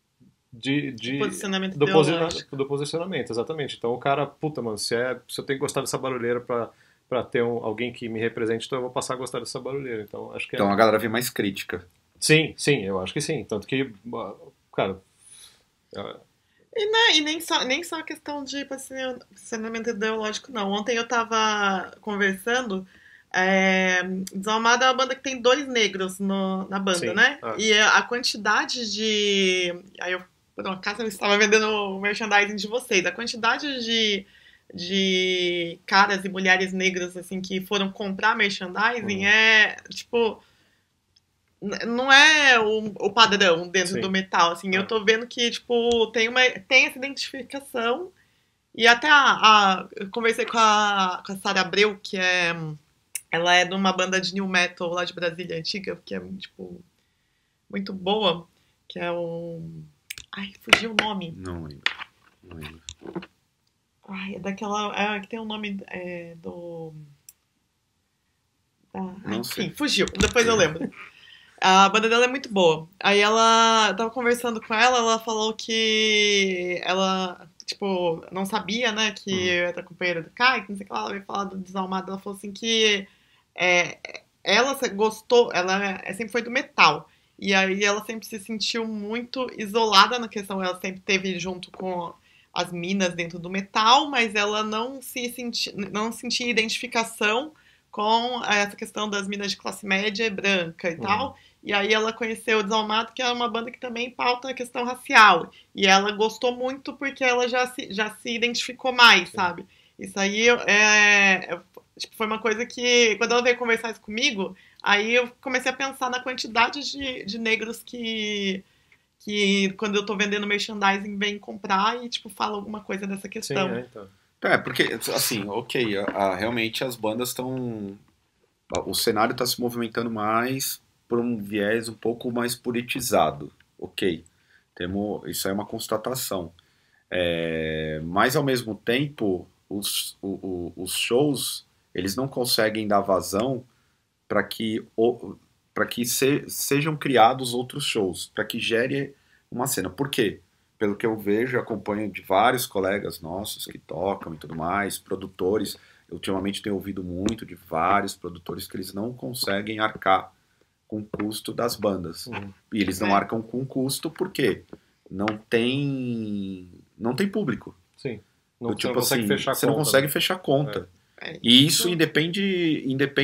do posicionamento, exatamente. Então o cara, puta, mano, se eu tenho que gostar dessa barulheira pra ter alguém que me represente, então eu vou passar a gostar dessa barulheira. Então acho que Então a galera vem mais crítica. Sim, eu acho que sim. Tanto que, cara... E nem só a questão de posicionamento ideológico, não. Ontem eu tava conversando. Desalmada é uma banda que tem dois negros na banda, Sim. né? E a quantidade de. Aí eu, por um acaso, eu estava vendendo o merchandising de vocês. A quantidade de caras e mulheres negras, assim, que foram comprar merchandising é, tipo. Não é o padrão dentro Sim. do metal, assim. Eu tô vendo que, tipo, tem essa identificação. E até eu conversei com a Sara Abreu, ela é de uma banda de new metal lá de Brasília antiga, que é, tipo, muito boa, que é o... Ai, fugiu o nome. Não lembro. Não lembro. Ai, é daquela... É, que tem o nome do... Não sei. Enfim, fugiu. Depois eu lembro. A banda dela é muito boa. Aí eu tava conversando com ela, ela falou que ela, tipo, não sabia, né, que eu era companheira do Kai, que não sei o que lá, ela veio falar do Desalmado, ela falou assim que é, ela gostou, sempre foi do metal. E aí ela sempre se sentiu muito isolada na questão, ela sempre teve junto com as minas dentro do metal, mas ela não sentia identificação com essa questão das minas de classe média e branca e tal. E aí ela conheceu o Desalmado, que é uma banda que também pauta a questão racial. E ela gostou muito porque ela já se identificou mais, sabe? Isso aí tipo, foi uma coisa que, quando ela veio conversar isso comigo, aí eu comecei a pensar na quantidade de negros que quando eu tô vendendo merchandising, vem comprar e, tipo, fala alguma coisa dessa questão. Sim, então. Porque, assim, ok, realmente as bandas estão... O cenário está se movimentando mais por um viés um pouco mais politizado, ok. Isso é uma constatação. Mas, ao mesmo tempo, os shows, eles não conseguem dar vazão para que sejam criados outros shows, para que gere uma cena. Por quê? Pelo que eu vejo, acompanho de vários colegas nossos que tocam e tudo mais, produtores. Eu ultimamente tenho ouvido muito de vários produtores que eles não conseguem arcar com o custo das bandas. E eles não arcam com o custo porque não tem público. Sim. Você não consegue fechar conta. E isso independe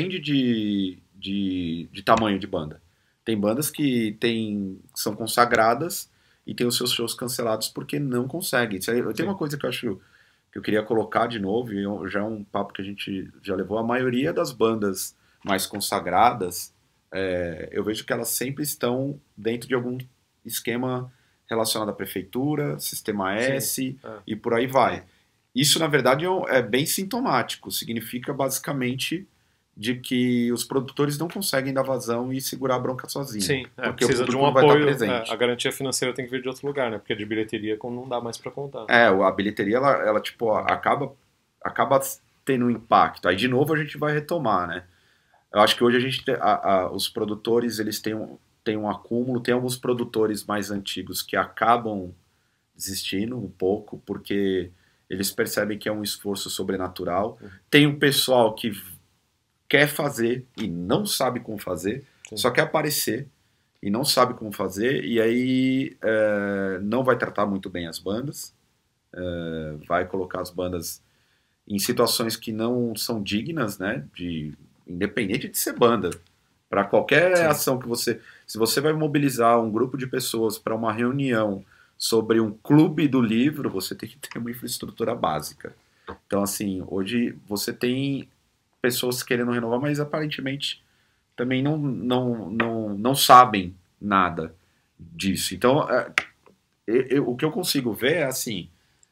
de tamanho de banda. Tem bandas que são consagradas e tem os seus shows cancelados porque não conseguem. Eu tenho uma coisa que eu acho que eu queria colocar de novo, e já é um papo que a gente já levou. A maioria das bandas mais consagradas, eu vejo que elas sempre estão dentro de algum esquema relacionado à prefeitura, Sistema S e por aí vai. Isso, na verdade, é bem sintomático. Significa, basicamente, de que os produtores não conseguem dar vazão e segurar a bronca sozinhos. Sim, porque precisa o de um não vai apoio. estar presente. A garantia financeira tem que vir de outro lugar, né? Porque de bilheteria não dá mais para contar. A bilheteria, ela tipo, acaba tendo um impacto. Aí, de novo, a gente vai retomar, né? Eu acho que hoje a gente os produtores, eles têm um acúmulo. Tem alguns produtores mais antigos que acabam desistindo um pouco, porque eles percebem que é um esforço sobrenatural. Tem um pessoal que quer fazer e não sabe como fazer, só quer aparecer e não sabe como fazer, e aí não vai tratar muito bem as bandas, vai colocar as bandas em situações que não são dignas, né, independente de ser banda. Para qualquer ação que se você vai mobilizar um grupo de pessoas para uma reunião sobre um clube do livro, você tem que ter uma infraestrutura básica. Então, assim, hoje você tem pessoas querendo renovar, mas aparentemente também não sabem nada disso. Então, o que eu consigo ver é assim,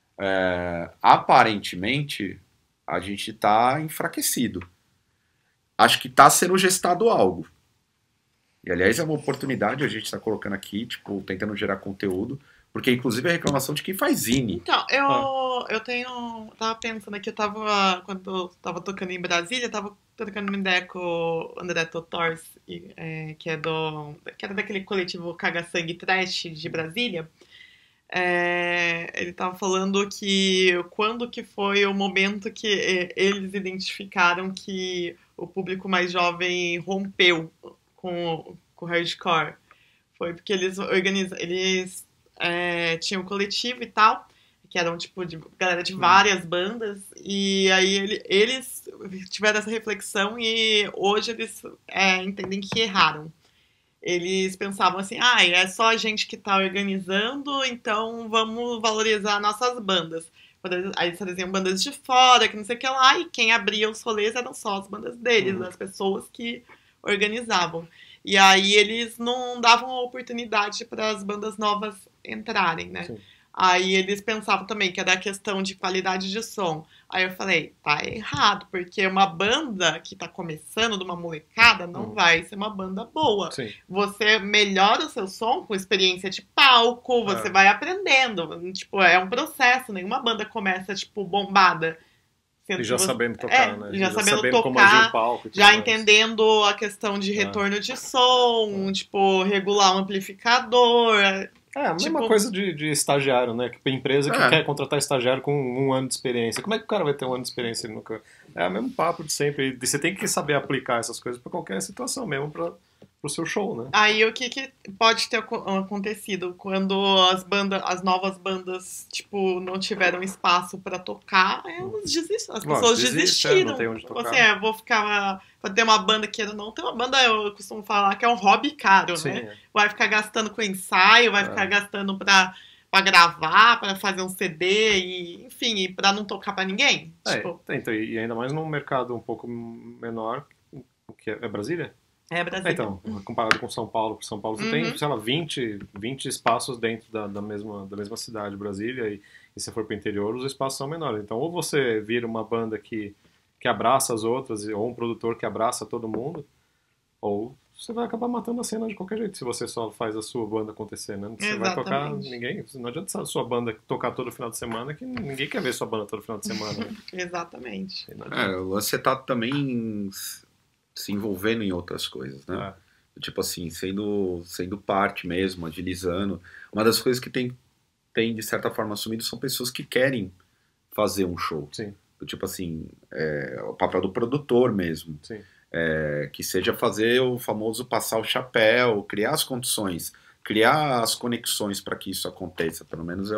aparentemente a gente está enfraquecido. Acho que está sendo gestado algo. E, aliás, é uma oportunidade, a gente está colocando aqui, tipo, tentando gerar conteúdo, porque, inclusive, é a reclamação de quem faz zine. Então, eu tava pensando aqui, quando eu tava tocando em Brasília, tava trocando uma ideia com o André Totors, que era daquele coletivo Caga Sangue Trash de Brasília. Ele tava falando que quando que foi o momento que eles identificaram que o público mais jovem rompeu com o hardcore. Foi porque eles tinham um coletivo e tal, que eram, tipo, de galera de várias bandas, e aí eles tiveram essa reflexão e hoje eles entendem que erraram. Eles pensavam assim, é só a gente que tá organizando, então vamos valorizar nossas bandas. Aí eles traziam bandas de fora, que não sei o que lá, e quem abria os rolês eram só as bandas deles, as pessoas que organizavam. E aí eles não davam a oportunidade para as bandas novas entrarem, né? Sim. Aí eles pensavam também que era a questão de qualidade de som. Aí eu falei, tá errado, porque uma banda que tá começando, de uma molecada, não vai ser uma banda boa. Sim. Você melhora o seu som com experiência de palco, você vai aprendendo. Tipo, é um processo, nenhuma banda começa, tipo, bombada. E já sabendo tocar, né? Já sabendo tocar, como agir um palco, já entendendo a questão de retorno de som, tipo, regular o amplificador. A mesma coisa de estagiário, né? Que empresa que quer contratar estagiário com 1 ano de experiência. Como é que o cara vai ter 1 ano de experiência? Ele nunca... É o mesmo papo de sempre. E você tem que saber aplicar essas coisas para qualquer situação, mesmo pro seu show, né? Aí o que pode ter acontecido quando as novas bandas, tipo, não tiveram espaço para tocar, as pessoas desistiram. Não tem onde tocar. Assim, vou ter uma banda que não tem uma banda, eu costumo falar que é um hobby caro, né? Vai ficar gastando com ensaio, vai ficar gastando pra gravar, pra fazer um CD, e, enfim, pra não tocar pra ninguém. Tipo... Então, e ainda mais num mercado um pouco menor, que é Brasília? É Brasília. Então, comparado com São Paulo, você tem, sei lá, 20 espaços dentro da mesma cidade, Brasília, e se for pro interior, os espaços são menores. Então, ou você vira uma banda que abraça as outras, ou um produtor que abraça todo mundo, ou você vai acabar matando a cena de qualquer jeito, se você só faz a sua banda acontecer, né? Você vai tocar, ninguém... Não adianta a sua banda tocar todo final de semana, que ninguém quer ver sua banda todo final de semana, né? Exatamente. O lance tá também se envolvendo em outras coisas, né? Tipo assim, sendo parte mesmo, agilizando. Uma das coisas que tem de certa forma assumido são pessoas que querem fazer um show. Sim. Tipo assim, o papel do produtor mesmo. Sim. Que seja fazer o famoso passar o chapéu, criar as condições, criar as conexões para que isso aconteça. Pelo menos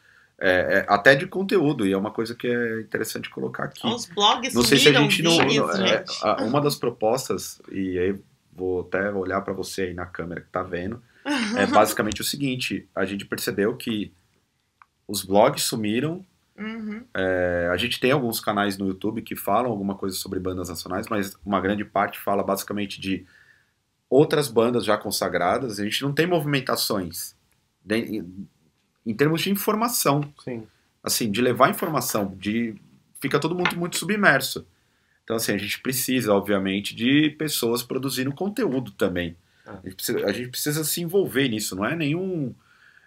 até de conteúdo, e é uma coisa que é interessante colocar aqui. Os blogs não sei se a gente uma das propostas, e aí vou até olhar para você aí na câmera que tá vendo, é basicamente o seguinte: a gente percebeu que os blogs sumiram. A gente tem alguns canais no YouTube que falam alguma coisa sobre bandas nacionais, mas uma grande parte fala basicamente de outras bandas já consagradas. A gente não tem movimentações em termos de informação. Sim. Assim, de levar informação, fica todo mundo muito submerso. Então, assim, a gente precisa, obviamente, de pessoas produzindo conteúdo também. A gente precisa se envolver nisso, não é nenhum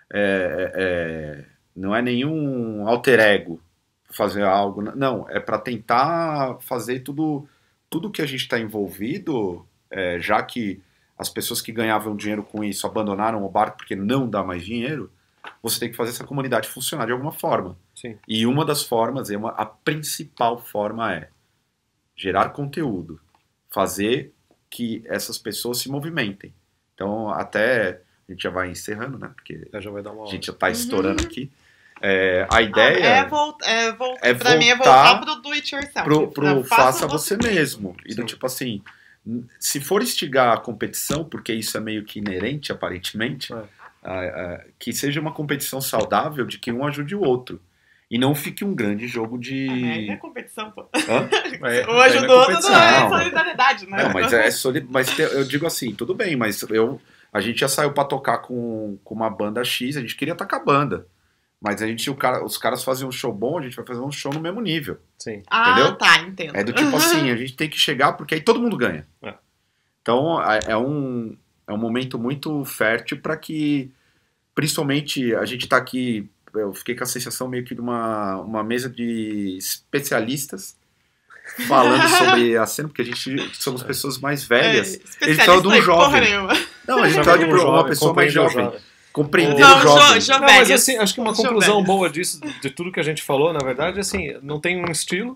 alter ego fazer algo, não, é para tentar fazer tudo que a gente está envolvido, já que as pessoas que ganhavam dinheiro com isso abandonaram o barco porque não dá mais dinheiro, você tem que fazer essa comunidade funcionar de alguma forma. Sim. E uma das formas, a principal forma é gerar conteúdo, fazer que essas pessoas se movimentem. Então, até a gente já vai encerrando, né? Porque já vai dar uma hora. A gente já está estourando aqui. A ideia pra mim é voltar pro do it yourself. Pro faça você mesmo. E do tipo assim, se for instigar a competição, porque isso é meio que inerente, aparentemente, que seja uma competição saudável de que um ajude o outro. E não fique um grande jogo de... Não é competição, pô. Um ajuda o outro, não é solidariedade, né? Não, mas mas eu digo assim, tudo bem, mas a gente já saiu pra tocar com uma banda X, a gente queria tocar a banda. Mas os caras faziam um show bom, a gente vai fazer um show no mesmo nível. Sim. Entendeu? Tá, entendo. É do tipo assim, a gente tem que chegar porque aí todo mundo ganha. Então, é um momento muito fértil para que, principalmente, a gente tá aqui, eu fiquei com a sensação meio que de uma mesa de especialistas falando sobre a cena, porque a gente somos pessoas mais velhas. Eles falam de um jovem. Não, a gente fala de uma pessoa mais jovem. Compreender o jovem. Não, mas assim, acho que uma conclusão boa disso, de tudo que a gente falou, na verdade, assim, não tem um estilo,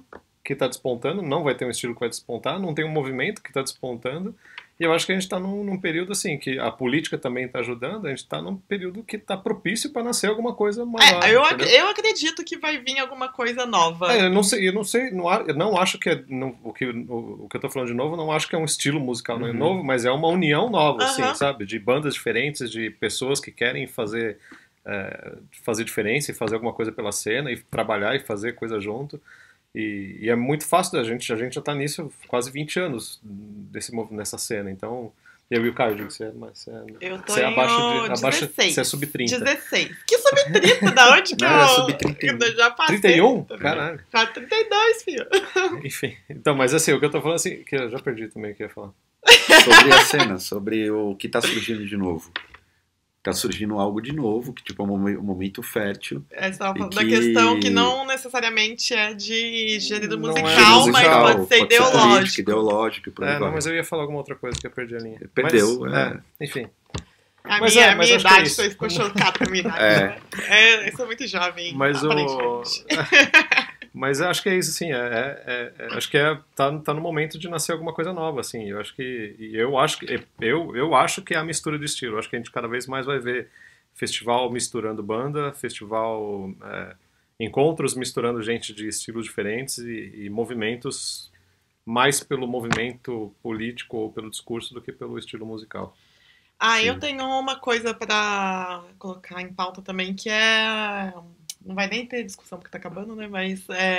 que está despontando, não vai ter um estilo que vai despontar, não tem um movimento que está despontando. E eu acho que a gente está num período assim, que a política também está ajudando, a gente está num período que está propício para nascer alguma coisa maior. Eu acredito que vai vir alguma coisa nova. Eu não sei, eu não acho que o que eu tô falando de novo, não acho que é um estilo musical novo, mas é uma união nova, assim, sabe? De bandas diferentes, de pessoas que querem fazer diferença e fazer alguma coisa pela cena e trabalhar e fazer coisa junto. E é muito fácil a gente já tá nisso há quase 20 anos nessa cena, então eu e o Caio, eu digo que você é abaixo, você é sub-30. 16. Que sub-30? Da onde que é sub-31. Eu já passei. 31? Caralho. 32, filho. Enfim, então, mas assim, o que eu tô falando assim, que eu já perdi também o que eu ia falar. Sobre a cena, sobre o que tá surgindo de novo. Tá surgindo algo de novo, que tipo é um momento fértil. Você estava falando da questão que não necessariamente é de gênero musical, mas pode ser ideológico e por aí vai. Não, mas eu ia falar alguma outra coisa que eu perdi a linha. Perdeu, enfim. A minha idade, você ficou chocado com a minha idade. Eu sou muito jovem, aparentemente. Mas eu acho que é isso, assim, acho que tá no momento de nascer alguma coisa nova, assim, eu acho que é a mistura de estilo, eu acho que a gente cada vez mais vai ver festival misturando banda, encontros misturando gente de estilos diferentes e movimentos mais pelo movimento político ou pelo discurso do que pelo estilo musical. Eu tenho uma coisa pra colocar em pauta também, que é... Não vai nem ter discussão porque tá acabando, né? Mas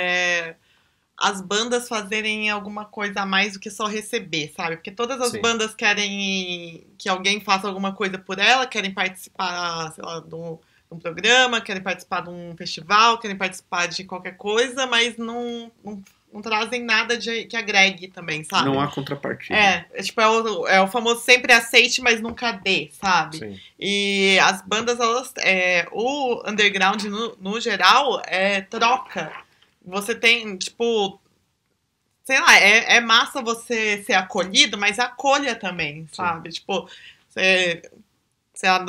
as bandas fazerem alguma coisa a mais do que só receber, sabe? Porque todas as bandas querem que alguém faça alguma coisa por ela, querem participar, sei lá, de um programa, querem participar de um festival, querem participar de qualquer coisa, mas não trazem nada que agregue também, sabe? Não há contrapartida. É o famoso sempre aceite, mas nunca dê, sabe? Sim. E as bandas, o underground, no geral, troca. Você tem, tipo... Sei lá, é massa você ser acolhido, mas acolha também, sabe? Sim. Tipo, sei lá,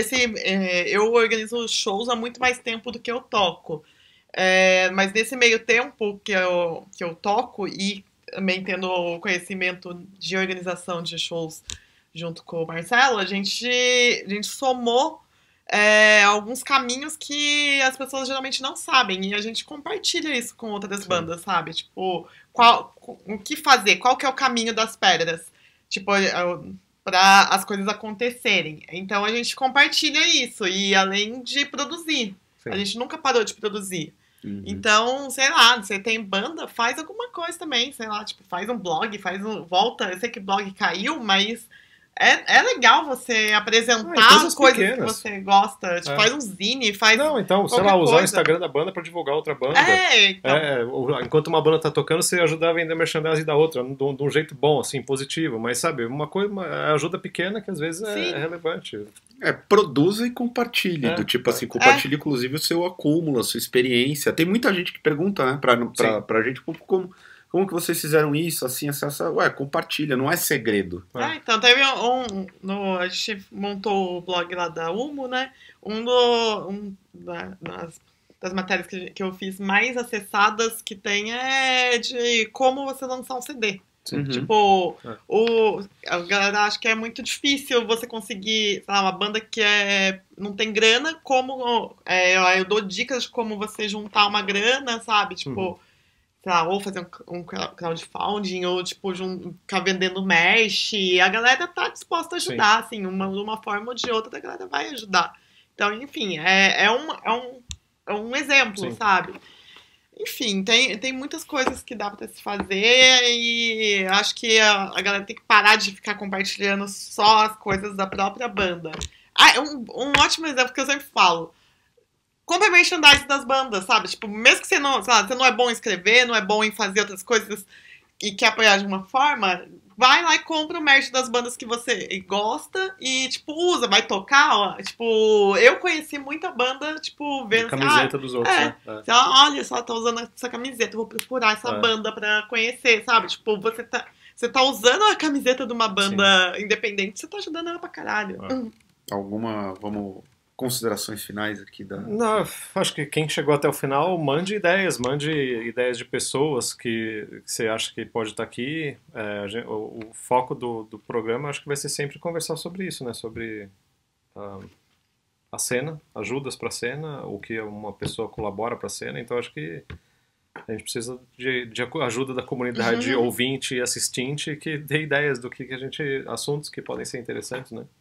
eu organizo shows há muito mais tempo do que eu toco. Mas nesse meio tempo que eu toco e também tendo o conhecimento de organização de shows junto com o Marcelo, a gente somou alguns caminhos que as pessoas geralmente não sabem e a gente compartilha isso com outras bandas, sabe? Tipo, o que fazer? Qual que é o caminho das pedras? Tipo, para as coisas acontecerem. Então a gente compartilha isso e além de produzir. Sim. A gente nunca parou de produzir. Uhum. Então, sei lá, você tem banda, faz alguma coisa também, sei lá, tipo, faz um blog, volta, eu sei que blog caiu, mas é legal você apresentar as coisas pequenas que você gosta, tipo, faz um zine, faz então, sei lá, usar o Instagram da banda pra divulgar outra banda. Enquanto uma banda tá tocando, você ajudar a vender merchandising da outra, de um jeito bom, assim, positivo, mas sabe, uma ajuda pequena que às vezes é relevante. Produza e compartilhe, do tipo assim, compartilhe inclusive o seu acúmulo, a sua experiência. Tem muita gente que pergunta, né, pra gente, como que vocês fizeram isso, assim, compartilha, não é segredo. Então, teve a gente montou o blog lá da Humo, né, das matérias que eu fiz mais acessadas que tem é de como você lançar um CD. Uhum. Tipo, a galera acha que é muito difícil você conseguir, sei lá, uma banda que não tem grana, eu dou dicas de como você juntar uma grana, sabe? Tipo, sei lá, ou fazer um crowdfunding, ou tipo, ficar vendendo merch. A galera tá disposta a ajudar, assim, de uma forma ou de outra, a galera vai ajudar. Então, enfim, é um exemplo, sabe? Enfim, tem muitas coisas que dá pra se fazer e acho que a galera tem que parar de ficar compartilhando só as coisas da própria banda. Um ótimo exemplo que eu sempre falo. Compre merchandising das bandas, sabe? Tipo, mesmo que você não é bom em escrever, não é bom em fazer outras coisas e quer apoiar de uma forma, vai lá e compra o merch das bandas que você gosta e, tipo, usa, vai tocar, ó. Tipo, eu conheci muita banda, tipo, vendo... Camiseta dos outros, né? Olha só, tá usando essa camiseta, vou procurar essa banda pra conhecer, sabe? Tipo, você tá usando a camiseta de uma banda independente, você tá ajudando ela pra caralho. Vamos considerações finais aqui da... Não, acho que quem chegou até o final, mande ideias de pessoas que você acha que pode estar aqui. O foco do programa acho que vai ser sempre conversar sobre isso, né? Sobre a cena, ajudas para a cena, o que uma pessoa colabora para a cena. Então acho que a gente precisa de ajuda da comunidade ouvinte e assistente que dê ideias do que a gente... assuntos que podem ser interessantes, né?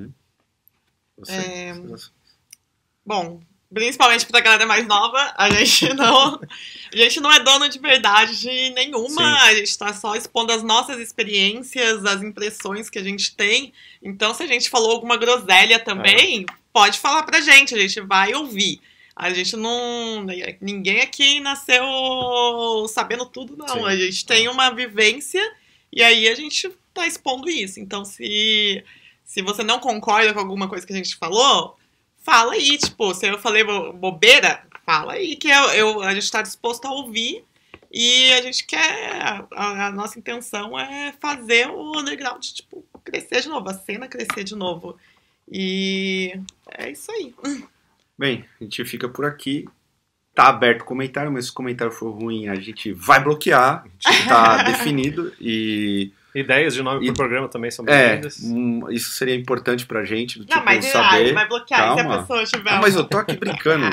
Bom, principalmente pra galera mais nova, a gente não é dono de verdade nenhuma, Sim. a gente tá só expondo as nossas experiências, as impressões que a gente tem. Então, se a gente falou alguma groselha também, pode falar pra gente, a gente vai ouvir. A gente não... Ninguém aqui nasceu sabendo tudo, não. Sim. A gente tem uma vivência e aí a gente tá expondo isso. Então, se você não concorda com alguma coisa que a gente falou, fala aí. Tipo, se eu falei bobeira, fala aí que a gente tá disposto a ouvir. E a gente quer... A nossa intenção é fazer o underground, tipo, crescer de novo. A cena crescer de novo. E é isso aí. Bem, a gente fica por aqui. Tá aberto o comentário, mas se o comentário for ruim, a gente vai bloquear. Tá definido. E ideias de nome pro programa também são bem-vindas. Isso seria importante pra gente. Não, tipo, mas saber. vai bloquear. Calma. Se a pessoa tiver... Mas eu tô aqui brincando.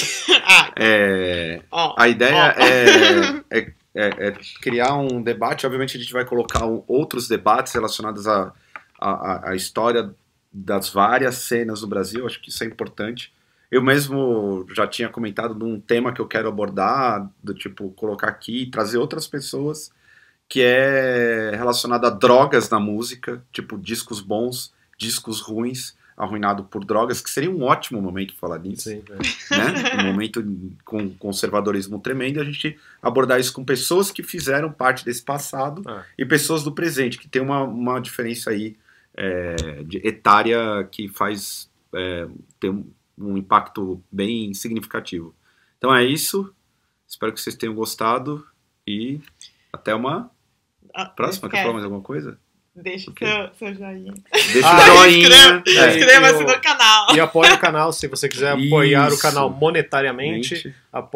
Ó, A ideia é criar um debate. Obviamente a gente vai colocar outros debates relacionados à história das várias cenas do Brasil. Acho que isso é importante. Eu mesmo já tinha comentado de um tema que eu quero abordar, do tipo, colocar aqui e trazer outras pessoas, que é relacionado a drogas na música, tipo, discos bons, discos ruins, arruinado por drogas, que seria um ótimo momento falar disso. Sim, Né? Um momento com conservadorismo tremendo, e a gente abordar isso com pessoas que fizeram parte desse passado e pessoas do presente, que tem uma diferença aí etária que faz ter um impacto bem significativo. Então é isso. Espero que vocês tenham gostado e até uma próxima. Quer falar mais alguma coisa? Deixa seu joinha. Deixa o joinha. Inscreva-se no canal. E apoia o canal, se você quiser apoiar o canal monetariamente,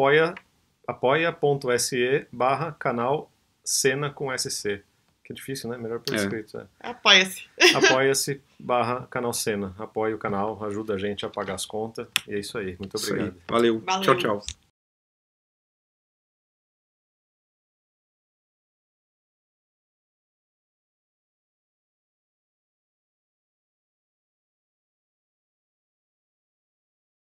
apoia.se/canal Cena com SC. Que é difícil, né? Melhor por escrito. Apoia-se. Apoia-se/canal Cena. Apoia o canal, ajuda a gente a pagar as contas. E é isso aí. Muito obrigado. Valeu. Valeu. Tchau, tchau.